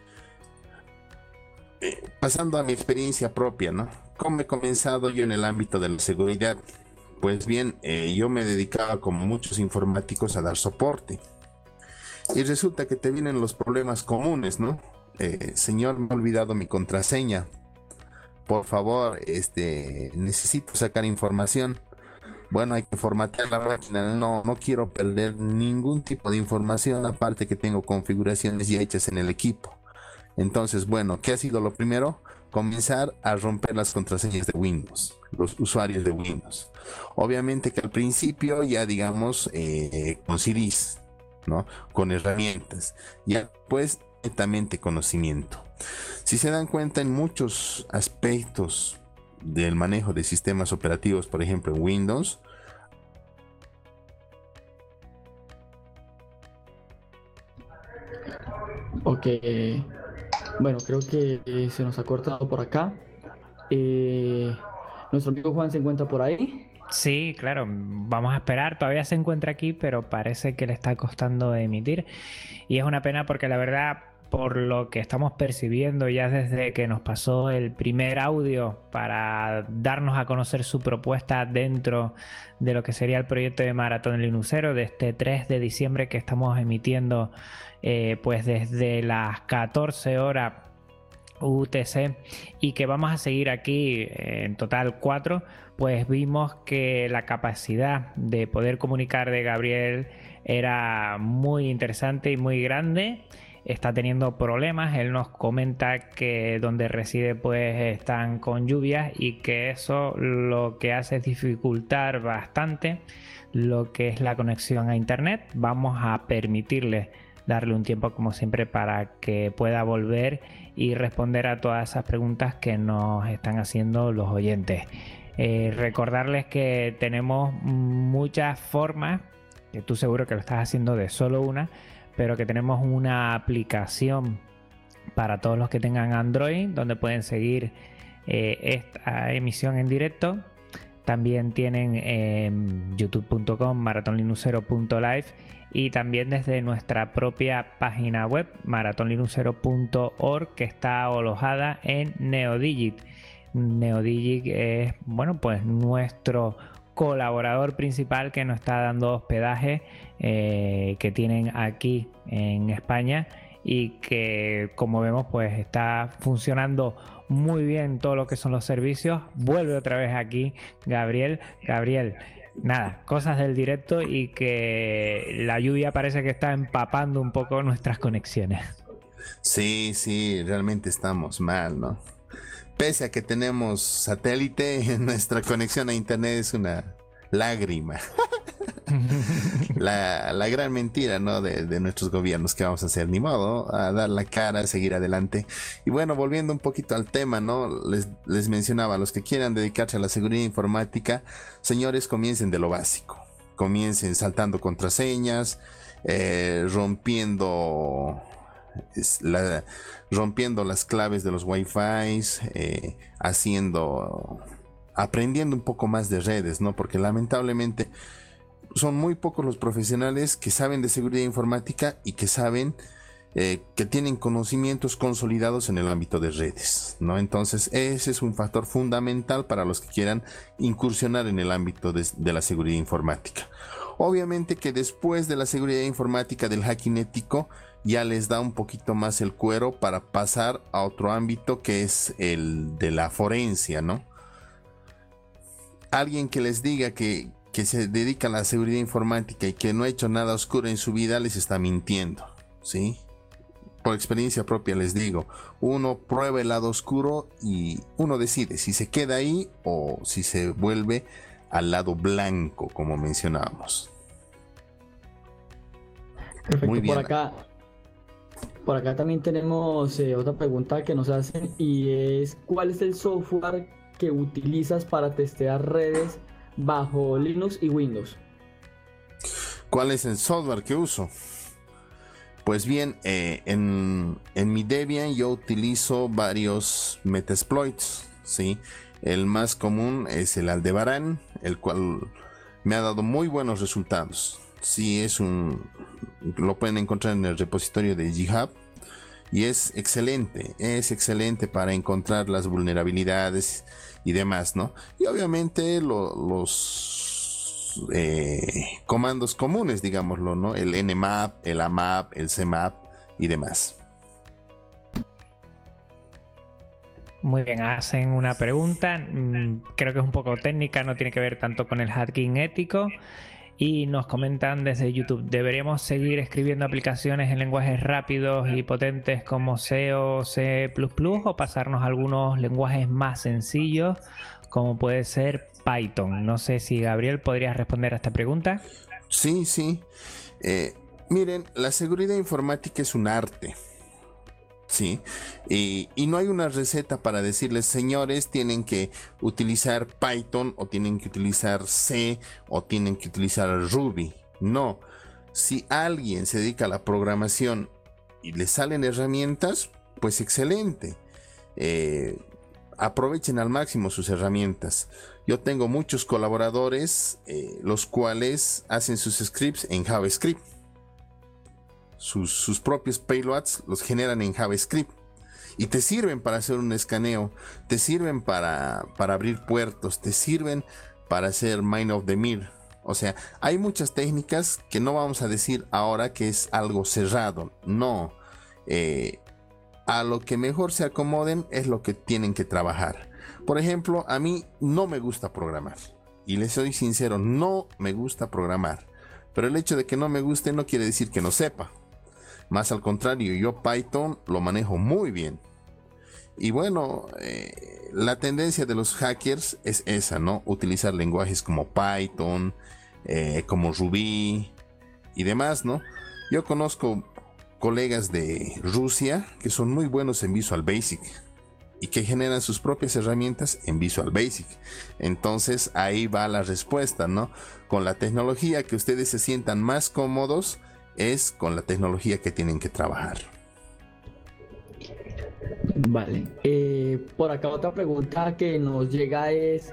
Eh, pasando a mi experiencia propia, ¿no? ¿Cómo he comenzado yo en el ámbito de la seguridad? Pues bien, eh, yo me dedicaba, como muchos informáticos, a dar soporte. Y resulta que te vienen los problemas comunes, ¿no? Eh, señor, me he olvidado mi contraseña. Por favor, este, necesito sacar información. Bueno, hay que formatear la máquina. No, no quiero perder ningún tipo de información, aparte que tengo configuraciones ya hechas en el equipo. Entonces, bueno, ¿qué ha sido lo primero? Comenzar a romper las contraseñas de Windows, los usuarios de Windows. Obviamente que al principio ya, digamos, eh, con C Ds, ¿no? Con herramientas. Ya pues netamente conocimiento. Si se dan cuenta, en muchos aspectos del manejo de sistemas operativos, por ejemplo en Windows, Ok, bueno, creo que eh, se nos ha cortado por acá. Eh, ¿Nuestro amigo Juan se encuentra por ahí? Sí, claro, vamos a esperar, todavía se encuentra aquí, pero parece que le está costando emitir. Y es una pena porque la verdad, por lo que estamos percibiendo ya desde que nos pasó el primer audio para darnos a conocer su propuesta dentro de lo que sería el proyecto de Maratón Linuxero de este tres de diciembre que estamos emitiendo eh, pues desde las catorce horas U T C y que vamos a seguir aquí eh, en total cuatro, pues vimos que la capacidad de poder comunicar de Gabriel era muy interesante y muy grande. Está teniendo problemas, él nos comenta que donde reside pues están con lluvias y que eso lo que hace es dificultar bastante lo que es la conexión a internet. Vamos a permitirle darle un tiempo como siempre para que pueda volver y responder a todas esas preguntas que nos están haciendo los oyentes. Eh, recordarles que tenemos muchas formas, que tú seguro que lo estás haciendo de solo una, pero que tenemos una aplicación para todos los que tengan Android donde pueden seguir eh, esta emisión en directo. También tienen eh, youtube punto com maratón linuxero punto live y también desde nuestra propia página web maratón linuxero punto org, que está alojada en Neodigit. Neodigit es, bueno, pues nuestro colaborador principal que nos está dando hospedaje eh, que tienen aquí en España y que, como vemos, pues está funcionando muy bien todo lo que son los servicios. Vuelve otra vez aquí Gabriel. Gabriel, nada, cosas del directo y que la lluvia parece que está empapando un poco nuestras conexiones. Sí, sí, realmente estamos mal, ¿no? Pese a que tenemos satélite, nuestra conexión a internet es una lágrima. la, la gran mentira, ¿no? De, de nuestros gobiernos. ¿Qué vamos a hacer? Ni modo, a dar la cara, a seguir adelante. Y bueno, volviendo un poquito al tema, ¿no? Les, les mencionaba, los que quieran dedicarse a la seguridad informática, señores, comiencen de lo básico. Comiencen saltando contraseñas, eh, rompiendo... La, rompiendo las claves de los Wi-Fi, eh, haciendo, aprendiendo un poco más de redes, ¿no? Porque lamentablemente son muy pocos los profesionales que saben de seguridad informática y que saben eh, que tienen conocimientos consolidados en el ámbito de redes, ¿no? Entonces ese es un factor fundamental para los que quieran incursionar en el ámbito de, de la seguridad informática. Obviamente que después de la seguridad informática, del hacking ético, ya les da un poquito más el cuero para pasar a otro ámbito, que es el de la forencia, ¿no? Alguien que les diga que, que se dedica a la seguridad informática y que no ha hecho nada oscuro en su vida, les está mintiendo, ¿sí? Por experiencia propia les digo, uno prueba el lado oscuro y uno decide si se queda ahí o si se vuelve al lado blanco, como mencionábamos. Perfecto. Muy bien. Por acá, por acá también tenemos eh, otra pregunta que nos hacen, y es: ¿cuál es el software que utilizas para testear redes bajo Linux y Windows? ¿Cuál es el software que uso? Pues bien, eh, en, en mi Debian yo utilizo varios Metasploits, ¿sí? El más común es el Aldebaran, el cual me ha dado muy buenos resultados. Sí, es un, lo pueden encontrar en el repositorio de GitHub y es excelente, es excelente para encontrar las vulnerabilidades y demás, ¿no? Y obviamente lo, los eh, comandos comunes, digámoslo, ¿no? El Nmap, el Amap, el Cmap y demás. Muy bien, hacen una pregunta, creo que es un poco técnica, no tiene que ver tanto con el hacking ético, y nos comentan desde YouTube: ¿deberíamos seguir escribiendo aplicaciones en lenguajes rápidos y potentes como C o C plus plus, o pasarnos a algunos lenguajes más sencillos como puede ser Python? No sé si Gabriel podrías responder a esta pregunta. Sí, sí. Eh, miren, la seguridad informática es un arte. Sí, y, y no hay una receta para decirles, señores, tienen que utilizar Python o tienen que utilizar C o tienen que utilizar Ruby. No, si alguien se dedica a la programación y le salen herramientas, pues excelente. Eh, aprovechen al máximo sus herramientas. Yo tengo muchos colaboradores, eh, los cuales hacen sus scripts en JavaScript. Sus, sus propios payloads los generan en JavaScript y te sirven para hacer un escaneo, te sirven para, para abrir puertos, te sirven para hacer mine of the mir. O sea, hay muchas técnicas que no vamos a decir ahora que es algo cerrado. No, eh, a lo que mejor se acomoden es lo que tienen que trabajar. Por ejemplo, a mí no me gusta programar, y les soy sincero, no me gusta programar, pero el hecho de que no me guste no quiere decir que no sepa. Más al contrario, yo Python lo manejo muy bien. Y bueno, eh, la tendencia de los hackers es esa, ¿no? Utilizar lenguajes como Python, eh, como Ruby y demás, ¿no? Yo conozco colegas de Rusia que son muy buenos en Visual Basic y que generan sus propias herramientas en Visual Basic. Entonces ahí va la respuesta, ¿no? Con la tecnología que ustedes se sientan más cómodos, es con la tecnología que tienen que trabajar. Vale. Eh, por acá otra pregunta que nos llega es...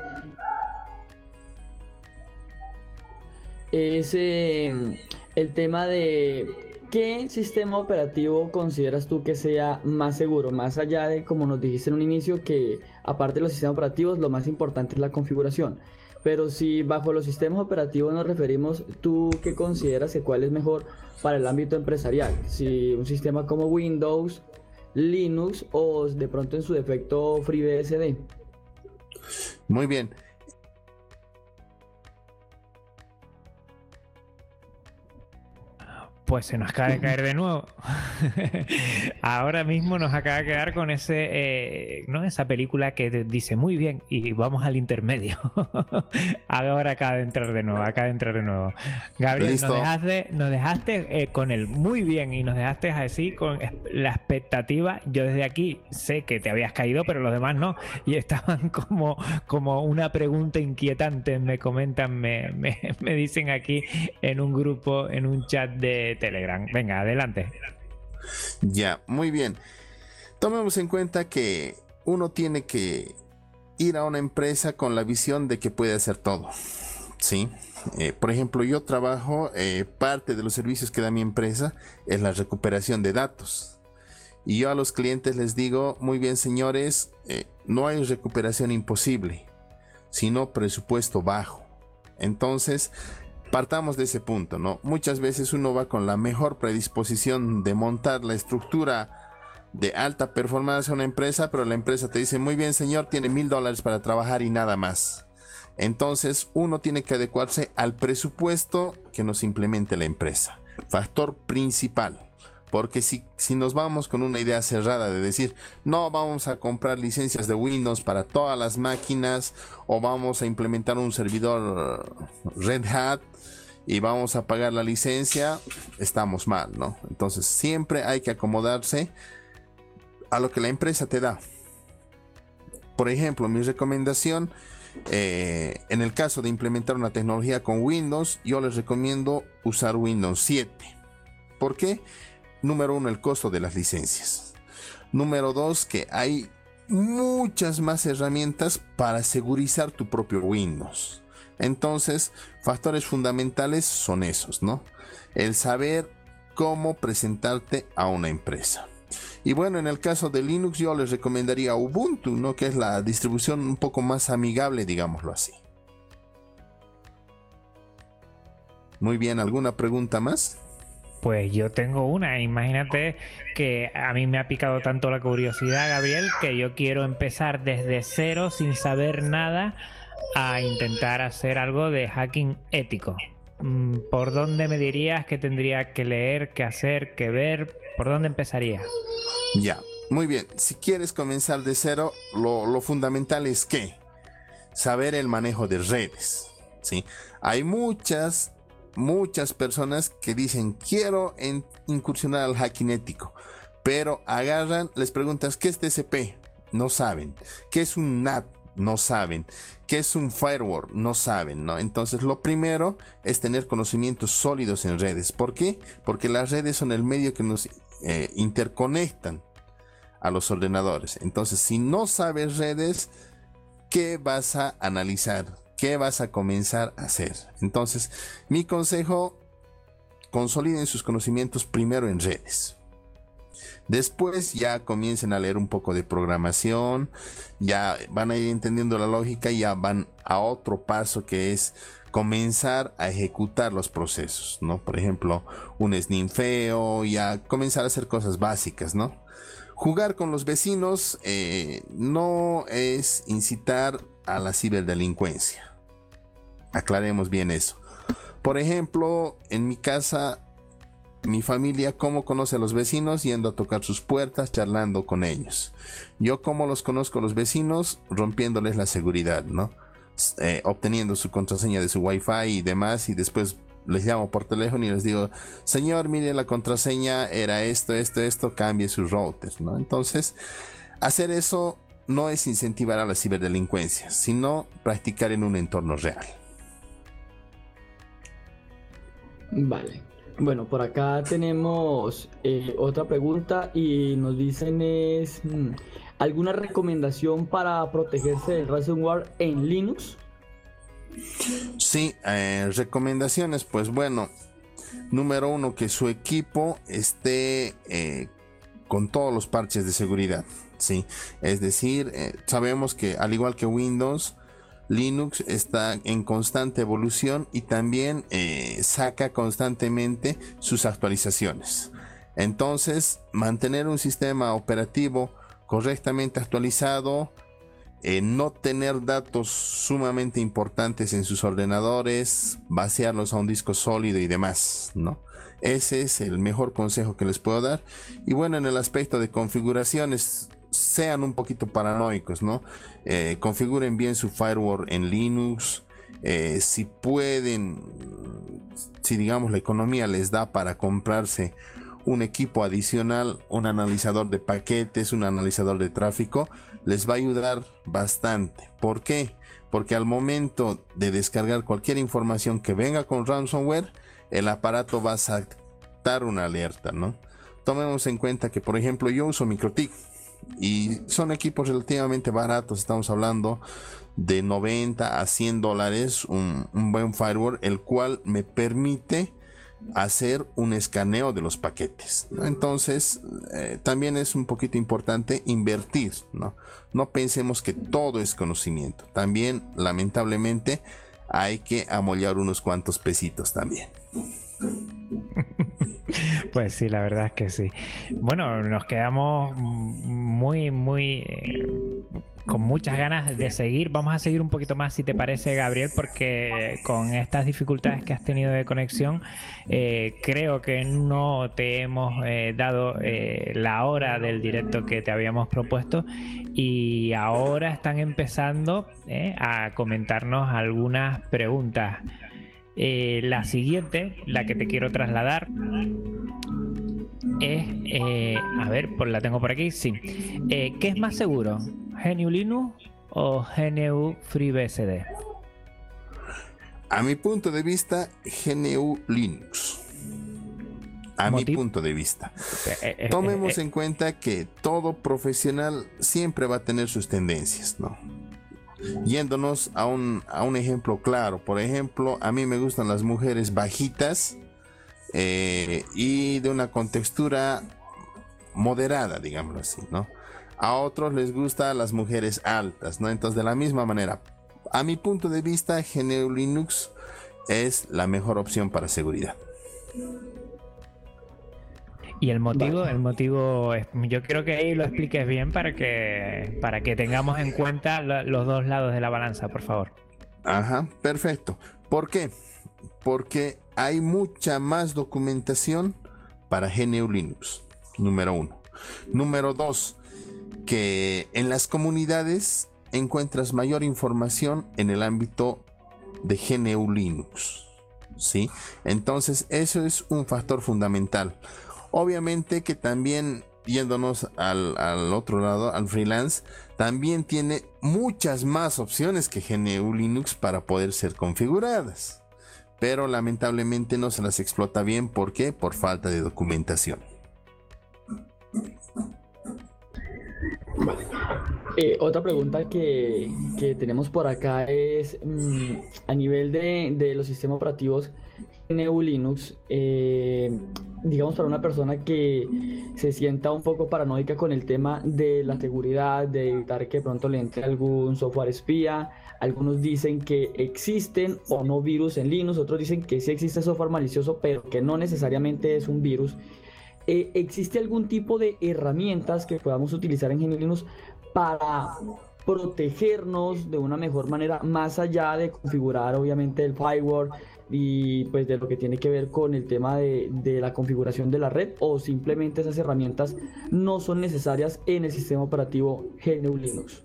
Es eh, el tema de... ¿Qué sistema operativo consideras tú que sea más seguro? Más allá de, como nos dijiste en un inicio, que aparte de los sistemas operativos, lo más importante es la configuración. Pero si bajo los sistemas operativos nos referimos, ¿tú qué consideras que cuál es mejor para el ámbito empresarial? Si un sistema como Windows, Linux o de pronto en su defecto FreeBSD. Muy bien. Pues se nos acaba de caer de nuevo. Ahora mismo nos acaba de quedar con ese, eh, ¿no? Esa película que dice muy bien y vamos al intermedio. Ahora acaba de entrar de nuevo, acaba de entrar de nuevo. Gabriel, Listo. nos dejaste, nos dejaste eh, con el muy bien y nos dejaste así con la expectativa. Yo desde aquí sé que te habías caído, pero los demás no. Y estaban como, como una pregunta inquietante, me comentan, me, me, me dicen aquí en un grupo, en un chat de Telegram. Venga, adelante. Ya, muy bien. Tomemos en cuenta que uno tiene que ir a una empresa con la visión de que puede hacer todo, ¿sí? Eh, por ejemplo, yo trabajo, eh, parte de los servicios que da mi empresa es la recuperación de datos. Y yo a los clientes les digo, muy bien señores, eh, no hay recuperación imposible, sino presupuesto bajo. Entonces, partamos de ese punto, ¿no? Muchas veces uno va con la mejor predisposición de montar la estructura de alta performance a una empresa, pero la empresa te dice, muy bien señor, tiene mil dólares para trabajar y nada más. Entonces, uno tiene que adecuarse al presupuesto que nos implemente la empresa. Factor principal. Porque si, si nos vamos con una idea cerrada de decir, no, vamos a comprar licencias de Windows para todas las máquinas, o vamos a implementar un servidor Red Hat y vamos a pagar la licencia, estamos mal, ¿no? Entonces siempre hay que acomodarse a lo que la empresa te da. Por ejemplo, mi recomendación, eh, en el caso de implementar una tecnología con Windows, yo les recomiendo usar Windows siete. ¿Por qué? Número uno, el costo de las licencias. Número dos, que hay muchas más herramientas para segurizar tu propio Windows. Entonces, factores fundamentales son esos, ¿no? El saber cómo presentarte a una empresa. Y bueno, en el caso de Linux yo les recomendaría Ubuntu, ¿no? Que es la distribución un poco más amigable, digámoslo así. Muy bien, ¿alguna pregunta más? Pues yo tengo una. Imagínate que a mí me ha picado tanto la curiosidad, Gabriel, que yo quiero empezar desde cero sin saber nada a intentar hacer algo de hacking ético. ¿Por dónde me dirías que tendría que leer, que hacer, que ver? ¿Por dónde empezaría? Ya, muy bien. Si quieres comenzar de cero, lo, lo fundamental es que saber el manejo de redes, ¿sí? Hay muchas... Muchas personas que dicen quiero en, incursionar al hacking ético, pero agarran, les preguntas ¿qué es T C P? No saben. ¿Qué es un N A T? No saben. ¿Qué es un firewall? No saben, ¿no? Entonces lo primero es tener conocimientos sólidos en redes. ¿Por qué? Porque las redes son el medio que nos eh, interconectan a los ordenadores. Entonces si no sabes redes, ¿qué vas a analizar? ¿Qué vas a comenzar a hacer? Entonces, mi consejo, consoliden sus conocimientos primero en redes. Después ya comiencen a leer un poco de programación, ya van a ir entendiendo la lógica y ya van a otro paso que es comenzar a ejecutar los procesos, ¿no? Por ejemplo, un sninfeo, ya comenzar a hacer cosas básicas, ¿no? Jugar con los vecinos eh, no es incitar a la ciberdelincuencia. Aclaremos bien eso. Por ejemplo, en mi casa, mi familia, ¿cómo conoce a los vecinos? Yendo a tocar sus puertas, charlando con ellos. Yo, ¿cómo los conozco a los vecinos? Rompiéndoles la seguridad, ¿no? Eh, obteniendo su contraseña de su wifi y demás, y después les llamo por teléfono y les digo, señor, mire, la contraseña era esto, esto, esto, cambie sus routers, ¿no? Entonces, hacer eso no es incentivar a la ciberdelincuencia, sino practicar en un entorno real. Vale. Bueno, por acá tenemos eh, otra pregunta y nos dicen es hmm, ¿alguna recomendación para protegerse del ransomware en Linux? Sí, eh, recomendaciones, pues bueno, número uno, que su equipo esté eh, con todos los parches de seguridad, ¿sí? Es decir, eh, sabemos que al igual que Windows, Linux está en constante evolución y también eh, saca constantemente sus actualizaciones. Entonces, mantener un sistema operativo correctamente actualizado, eh, no tener datos sumamente importantes en sus ordenadores, vaciarlos a un disco sólido y demás, ¿no? Ese es el mejor consejo que les puedo dar. Y bueno, en el aspecto de configuraciones, sean un poquito paranoicos, ¿no? Eh, configuren bien su firewall en Linux. Eh, si pueden, si digamos la economía les da para comprarse un equipo adicional, un analizador de paquetes, un analizador de tráfico, les va a ayudar bastante. ¿Por qué? Porque al momento de descargar cualquier información que venga con ransomware, el aparato va a saltar una alerta, ¿no? Tomemos en cuenta que, por ejemplo, yo uso MikroTik y son equipos relativamente baratos, estamos hablando de noventa a cien dólares un, un buen firewall, el cual me permite hacer un escaneo de los paquetes, ¿no? Entonces eh, también es un poquito importante invertir, ¿no? No pensemos que todo es conocimiento, también lamentablemente hay que amollar unos cuantos pesitos también. Pues sí, la verdad es que sí. Bueno, nos quedamos muy, muy eh, con muchas ganas de seguir. Vamos a seguir un poquito más, si te parece, Gabriel, porque con estas dificultades que has tenido de conexión, eh, creo que no te hemos eh, dado eh, la hora del directo que te habíamos propuesto, y ahora están empezando eh, a comentarnos algunas preguntas. Eh, la siguiente, la que te quiero trasladar, es, eh, a ver, pues la tengo por aquí, sí. Eh, ¿Qué es más seguro, G N U Linux o G N U FreeBSD? A mi punto de vista, G N U Linux. A mi punto de vista. Eh, eh, Tomemos eh, en cuenta que todo profesional siempre va a tener sus tendencias, ¿no? Yéndonos a un, a un ejemplo claro, por ejemplo, a mí me gustan las mujeres bajitas eh, y de una contextura moderada, digámoslo así, ¿no? A otros les gustan las mujeres altas, ¿no? Entonces, de la misma manera, a mi punto de vista, G N U Linux es la mejor opción para seguridad. Y el motivo, el motivo, es, yo creo que ahí lo expliques bien para que, para que tengamos en cuenta lo, los dos lados de la balanza, por favor. Ajá, perfecto. ¿Por qué? Porque hay mucha más documentación para G N U Linux, número uno. Número dos, que en las comunidades encuentras mayor información en el ámbito de G N U Linux, ¿sí? Entonces, eso es un factor fundamental. Obviamente que también, yéndonos al, al otro lado, al freelance, también tiene muchas más opciones que G N U Linux para poder ser configuradas. Pero lamentablemente no se las explota bien. ¿Por qué? Por falta de documentación. Eh, otra pregunta que, que tenemos por acá es mmm, a nivel de, de los sistemas operativos G N U Linux, eh, digamos, para una persona que se sienta un poco paranoica con el tema de la seguridad, de evitar que de pronto le entre algún software espía. Algunos dicen que existen o no virus en Linux, otros dicen que sí existe software malicioso, pero que no necesariamente es un virus. Eh, ¿Existe algún tipo de herramientas que podamos utilizar en G N U Linux para protegernos de una mejor manera, más allá de configurar obviamente el firewall y pues de lo que tiene que ver con el tema de, de la configuración de la red, o simplemente esas herramientas no son necesarias en el sistema operativo G N U Linux?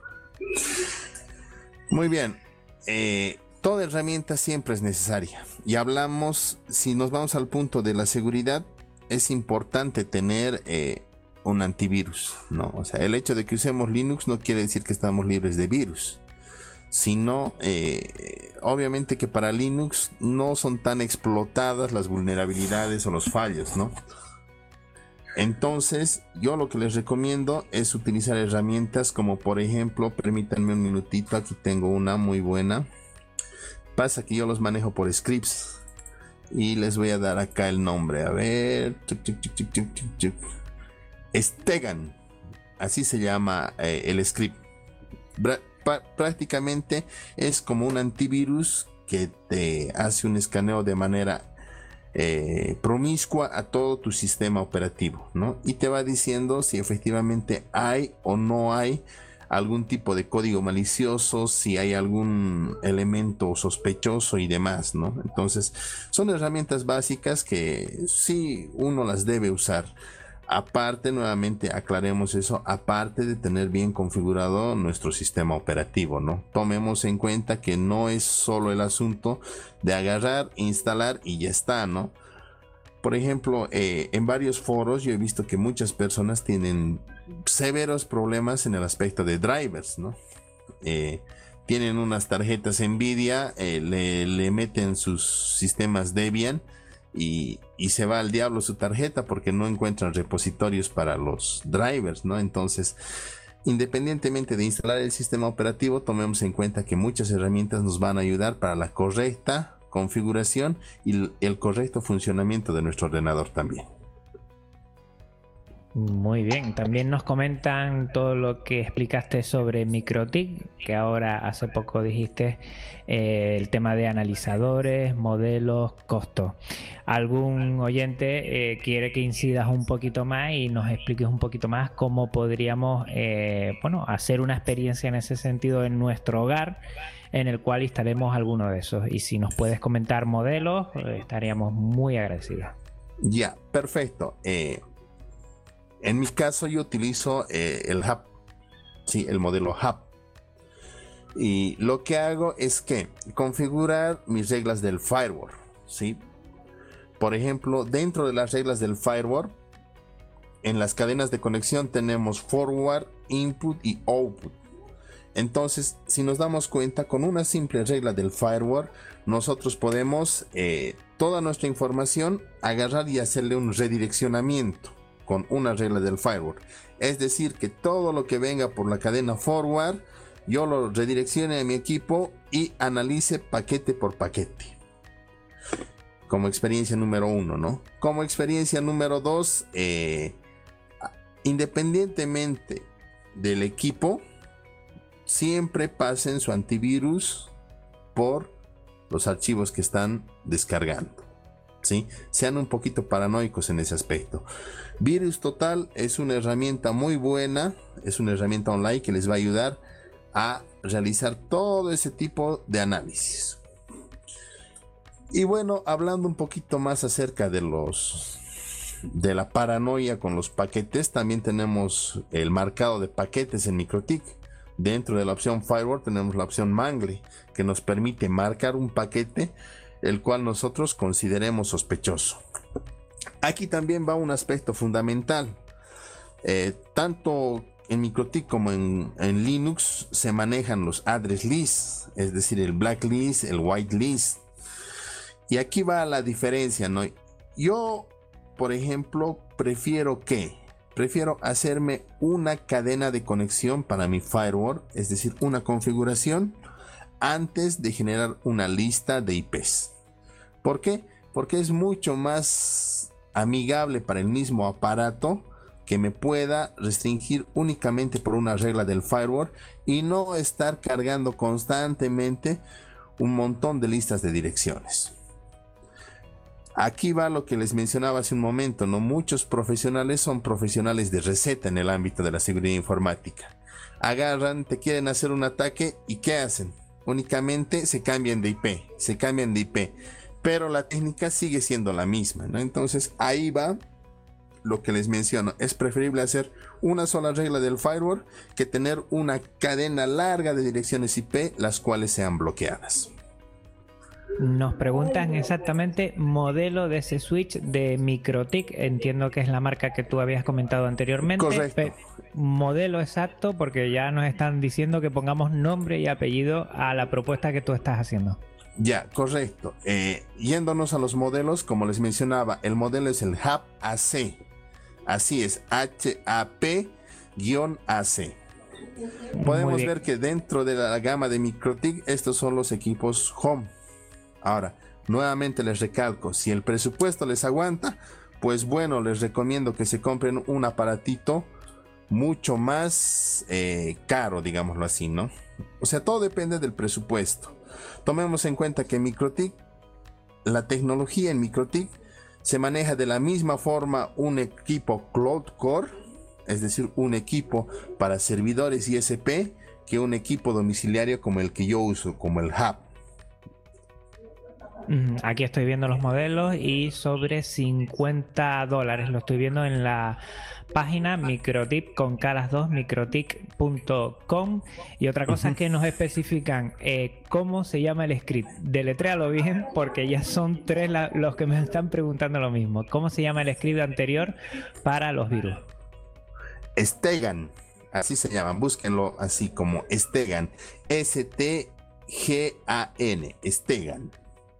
Muy bien, eh, toda herramienta siempre es necesaria, y hablamos, si nos vamos al punto de la seguridad, es importante tener eh, un antivirus, ¿no? O sea, el hecho de que usemos Linux no quiere decir que estamos libres de virus, sino eh, obviamente que para Linux no son tan explotadas las vulnerabilidades o los fallos, ¿no? Entonces, yo lo que les recomiendo es utilizar herramientas como, por ejemplo, permítanme un minutito, aquí tengo una muy buena. Pasa que yo los manejo por scripts y les voy a dar acá el nombre, a ver, Stegan, así se llama eh, el script. Bra prácticamente es como un antivirus que te hace un escaneo de manera eh, promiscua a todo tu sistema operativo, ¿no? Y te va diciendo si efectivamente hay o no hay algún tipo de código malicioso, si hay algún elemento sospechoso y demás, ¿no? Entonces, son herramientas básicas que sí uno las debe usar. Aparte, nuevamente aclaremos eso, aparte de tener bien configurado nuestro sistema operativo, ¿no? Tomemos en cuenta que no es solo el asunto de agarrar, instalar y ya está, ¿no? Por ejemplo, eh, en varios foros yo he visto que muchas personas tienen severos problemas en el aspecto de drivers, ¿no? Eh, tienen unas tarjetas Nvidia, eh, le, le meten sus sistemas Debian y, y se va al diablo su tarjeta porque no encuentran repositorios para los drivers, ¿no? Entonces, Independientemente de instalar el sistema operativo, tomemos en cuenta que muchas herramientas nos van a ayudar para la correcta configuración y el correcto funcionamiento de nuestro ordenador también. Muy bien, también nos comentan todo lo que explicaste sobre MikroTik, que ahora hace poco dijiste eh, el tema de analizadores, modelos, costos. ¿Algún oyente eh, quiere que incidas un poquito más y nos expliques un poquito más cómo podríamos eh, bueno, hacer una experiencia en ese sentido en nuestro hogar, en el cual instalemos alguno de esos? Y si nos puedes comentar modelos, eh, estaríamos muy agradecidos. Ya, perfecto. Eh, En mi caso yo utilizo eh, el hub, sí, el modelo hub. Y lo que hago es que configurar mis reglas del firewall, ¿sí? Por ejemplo, dentro de las reglas del firewall, en las cadenas de conexión tenemos forward, input y output. Entonces, si nos damos cuenta, con una simple regla del firewall, nosotros podemos eh, toda nuestra información agarrar y hacerle un redireccionamiento con una regla del firewall. Es decir, que todo lo que venga por la cadena forward, yo lo redireccione a mi equipo y analice paquete por paquete. Como experiencia número uno, ¿no? Como experiencia número dos, eh, independientemente del equipo, siempre pasen su antivirus por los archivos que están descargando, ¿sí? Sean un poquito paranoicos en ese aspecto. VirusTotal es una herramienta muy buena, es una herramienta online que les va a ayudar a realizar todo ese tipo de análisis. Y bueno, hablando un poquito más acerca de los de la paranoia con los paquetes, también tenemos el marcado de paquetes en MikroTik. Dentro de la opción Firewall tenemos la opción Mangle, que nos permite marcar un paquete el cual nosotros consideremos sospechoso. Aquí también va un aspecto fundamental. Eh, tanto en MikroTik como en, en Linux se manejan los address lists, es decir, el blacklist, el whitelist. Y aquí va la diferencia, ¿no? Yo, por ejemplo, prefiero que prefiero hacerme una cadena de conexión para mi firewall, es decir, una configuración, antes de generar una lista de I Pes. ¿Por qué? Porque es mucho más amigable para el mismo aparato que me pueda restringir únicamente por una regla del firewall y no estar cargando constantemente un montón de listas de direcciones. Aquí va lo que les mencionaba hace un momento, ¿no? Muchos profesionales son profesionales de receta en el ámbito de la seguridad informática. Agarran, te quieren hacer un ataque y ¿qué hacen? Únicamente se cambian de I P, se cambian de I P. Pero la técnica sigue siendo la misma, ¿no? Entonces ahí va lo que les menciono. Es preferible hacer una sola regla del firewall que tener una cadena larga de direcciones I P, las cuales sean bloqueadas. Nos preguntan exactamente modelo de ese switch de MikroTik. Entiendo que es la marca que tú habías comentado anteriormente. Correcto. Modelo exacto, porque ya nos están diciendo que pongamos nombre y apellido a la propuesta que tú estás haciendo. Ya, correcto. Eh, yéndonos a los modelos, como les mencionaba, el modelo es el Hub A C. Así es, H A P A C. Podemos ver que dentro de la gama de MikroTik, estos son los equipos home. Ahora, nuevamente les recalco, si el presupuesto les aguanta, pues bueno, les recomiendo que se compren un aparatito mucho más eh, caro, digámoslo así, ¿no? O sea, todo depende del presupuesto. Tomemos en cuenta que en MikroTik, la tecnología en MikroTik se maneja de la misma forma un equipo Cloud Core, es decir, un equipo para servidores I S P, que un equipo domiciliario como el que yo uso, como el Hub. Aquí estoy viendo los modelos y sobre cincuenta dólares. Lo estoy viendo en la página MikroTik con caras dos, mikrotik punto com. Y otra cosa es que nos especifican eh, cómo se llama el script. Deletréalo bien porque ya son tres la, los que me están preguntando lo mismo. ¿Cómo se llama el script anterior para los virus? Stegan, así se llaman. Búsquenlo así como Stegan. S T G A N, Stegan.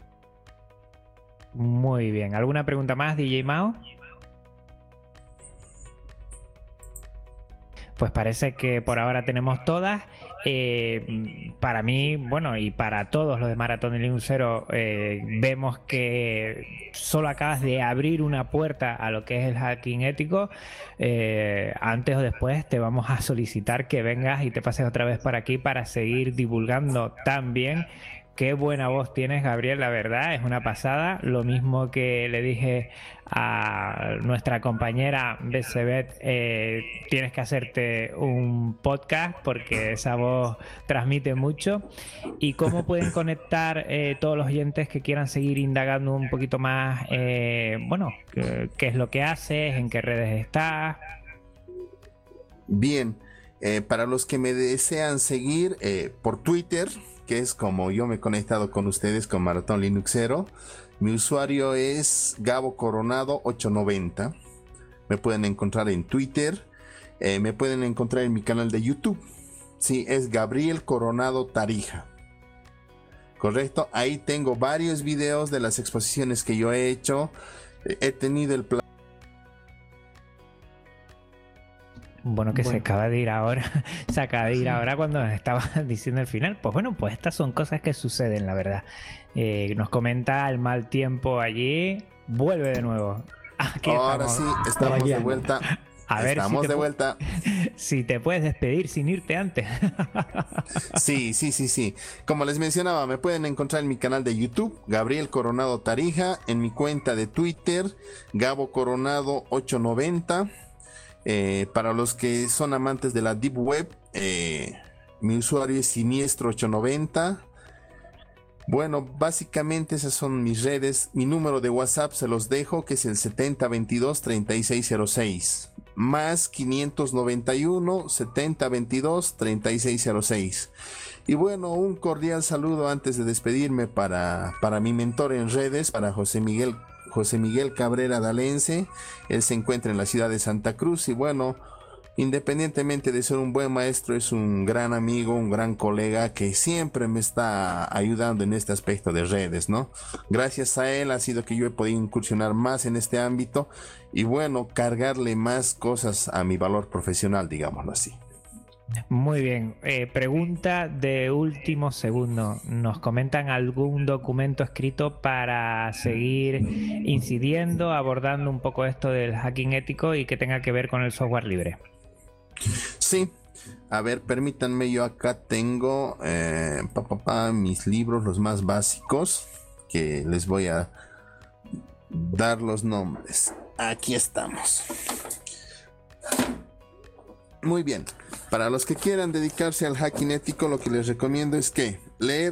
Muy bien. ¿Alguna pregunta más, D J Mao? pues parece que por ahora tenemos todas. Eh, para mí, bueno, y para todos los de Maratón de Linux Zero, eh, vemos que solo acabas de abrir una puerta a lo que es el hacking ético. Eh, antes o después te vamos a solicitar que vengas y te pases otra vez por aquí para seguir divulgando también. Qué buena voz tienes, Gabriel, la verdad, es una pasada. Lo mismo que le dije a nuestra compañera Betsebet, eh, tienes que hacerte un podcast porque esa voz transmite mucho. ¿Y cómo pueden conectar eh, todos los oyentes que quieran seguir indagando un poquito más, eh, bueno, qué, qué es lo que haces, en qué redes estás? Bien, eh, para los que me desean seguir eh, por Twitter, que es como yo me he conectado con ustedes con Maratón Linux Zero. Mi usuario es Gabo Coronado ocho noventa. Me pueden encontrar en Twitter. Eh, me pueden encontrar en mi canal de YouTube. Sí, es Gabriel Coronado Tarija. Correcto. Ahí tengo varios videos de las exposiciones que yo he hecho. He tenido el plan. Bueno, que Bueno. se acaba de ir ahora, se acaba de ir ahora cuando estaba diciendo el final. Pues bueno, pues estas son cosas que suceden, la verdad. Eh, nos comenta el mal tiempo allí, vuelve de nuevo. Aquí Ahora estamos. sí, estamos de vuelta. A ver estamos si te de pu- vuelta. Si te puedes despedir sin irte antes. Sí, sí, sí, sí. Como les mencionaba, me pueden encontrar en mi canal de YouTube, Gabriel Coronado Tarija, en mi cuenta de Twitter, Gabo Coronado ocho noventa. Eh, para los que son amantes de la Deep Web, eh, mi usuario es Siniestro ocho noventa. Bueno, básicamente esas son mis redes. Mi número de WhatsApp se los dejo, que es el setenta veintidós treinta y seis cero seis. Más quinientos noventa y uno setenta veintidós treinta y seis cero seis. Y bueno, un cordial saludo antes de despedirme para, para mi mentor en redes, para José Miguel José Miguel Cabrera Dalense. Él se encuentra en la ciudad de Santa Cruz y bueno, independientemente de ser un buen maestro, es un gran amigo, un gran colega que siempre me está ayudando en este aspecto de redes, ¿no? Gracias a él ha sido que yo he podido incursionar más en este ámbito y bueno, cargarle más cosas a mi valor profesional, digámoslo así. Muy bien, eh, pregunta de último segundo. ¿Nos comentan algún documento escrito para seguir incidiendo, abordando un poco esto del hacking ético y que tenga que ver con el software libre? Sí, a ver, permítanme, yo acá tengo eh, pa, pa, pa, mis libros, los más básicos, que les voy a dar los nombres. Aquí estamos. Muy bien, para los que quieran dedicarse al hacking ético, lo que les recomiendo es que leer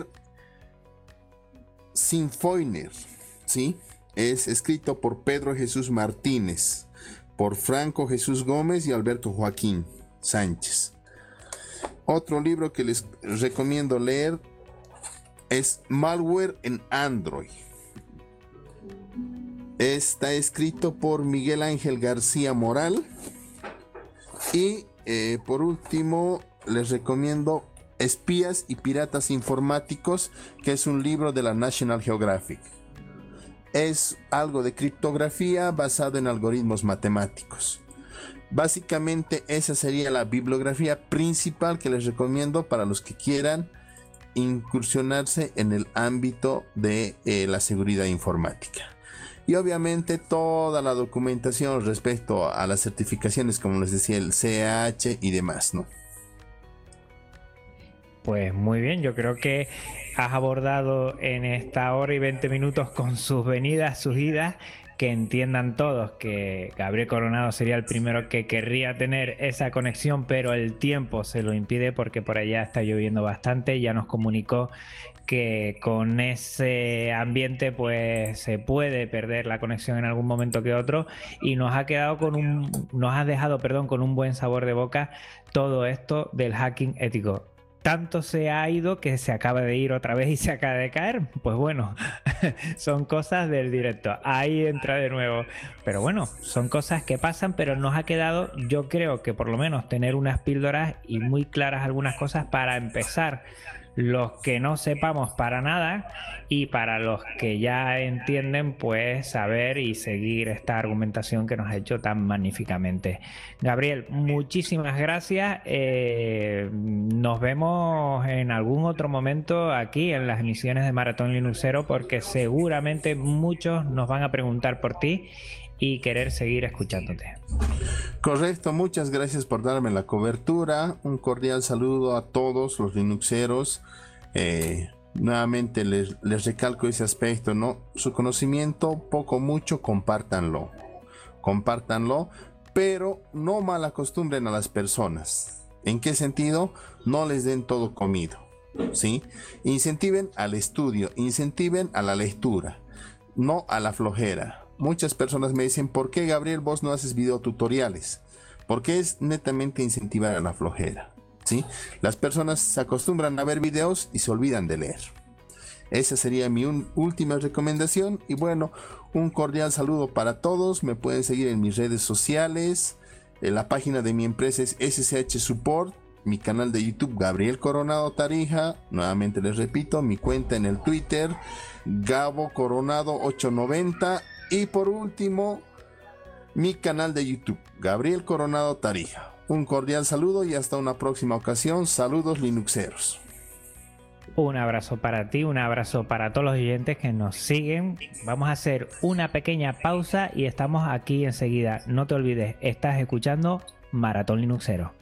Sinfoiner, ¿sí? Es escrito por Pedro Jesús Martínez, por Franco Jesús Gómez y Alberto Joaquín Sánchez. Otro libro que les recomiendo leer es Malware en Android. Está escrito por Miguel Ángel García Moral. Y eh, por último les recomiendo Espías y Piratas Informáticos, que es un libro de la National Geographic. Es algo de criptografía basado en algoritmos matemáticos. Básicamente esa sería la bibliografía principal que les recomiendo para los que quieran incursionarse en el ámbito de eh, la seguridad informática. Y obviamente toda la documentación respecto a las certificaciones, como les decía, el C A H y demás, ¿no? Pues muy bien, yo creo que has abordado en esta hora y veinte minutos con sus venidas, sus idas, que entiendan todos que Gabriel Coronado sería el primero que querría tener esa conexión, pero el tiempo se lo impide porque por allá está lloviendo bastante. Ya nos comunicó que con ese ambiente pues se puede perder la conexión en algún momento que otro, y nos ha quedado con un nos ha dejado, perdón, con un buen sabor de boca todo esto del hacking ético. Tanto se ha ido que se acaba de ir otra vez y se acaba de caer. Pues bueno, son cosas del directo. Ahí entra de nuevo. Pero bueno, son cosas que pasan, pero nos ha quedado, yo creo que por lo menos tener unas píldoras y muy claras algunas cosas para empezar los que no sepamos para nada y para los que ya entienden, pues saber y seguir esta argumentación que nos ha hecho tan magníficamente. Gabriel, muchísimas gracias. Eh, nos vemos en algún otro momento aquí en las emisiones de Maratón Linuxero, porque seguramente muchos nos van a preguntar por ti y querer seguir escuchándote. Correcto, muchas gracias por darme la cobertura. Un cordial saludo a todos los linuxeros. Eh, nuevamente les, les recalco ese aspecto, ¿no? Su conocimiento, poco o mucho, compártanlo. Compártanlo, pero no mal acostumbren a las personas. ¿En qué sentido? No les den todo comido, ¿sí? Incentiven al estudio, incentiven a la lectura, no a la flojera. Muchas personas me dicen, ¿por qué, Gabriel, vos no haces videotutoriales? Porque es netamente incentivar a la flojera, ¿sí? Las personas se acostumbran a ver videos y se olvidan de leer. Esa sería mi un, última recomendación. Y bueno, un cordial saludo para todos. Me pueden seguir en mis redes sociales. En la página de mi empresa es S C H Support. Mi canal de YouTube, Gabriel Coronado Tarija. Nuevamente les repito, mi cuenta en el Twitter, Gabo Coronado ochocientos noventa. Y por último, mi canal de YouTube, Gabriel Coronado Tarija. Un cordial saludo y hasta una próxima ocasión. Saludos linuxeros. Un abrazo para ti, un abrazo para todos los oyentes que nos siguen. Vamos a hacer una pequeña pausa y estamos aquí enseguida. No te olvides, estás escuchando Maratón Linuxero.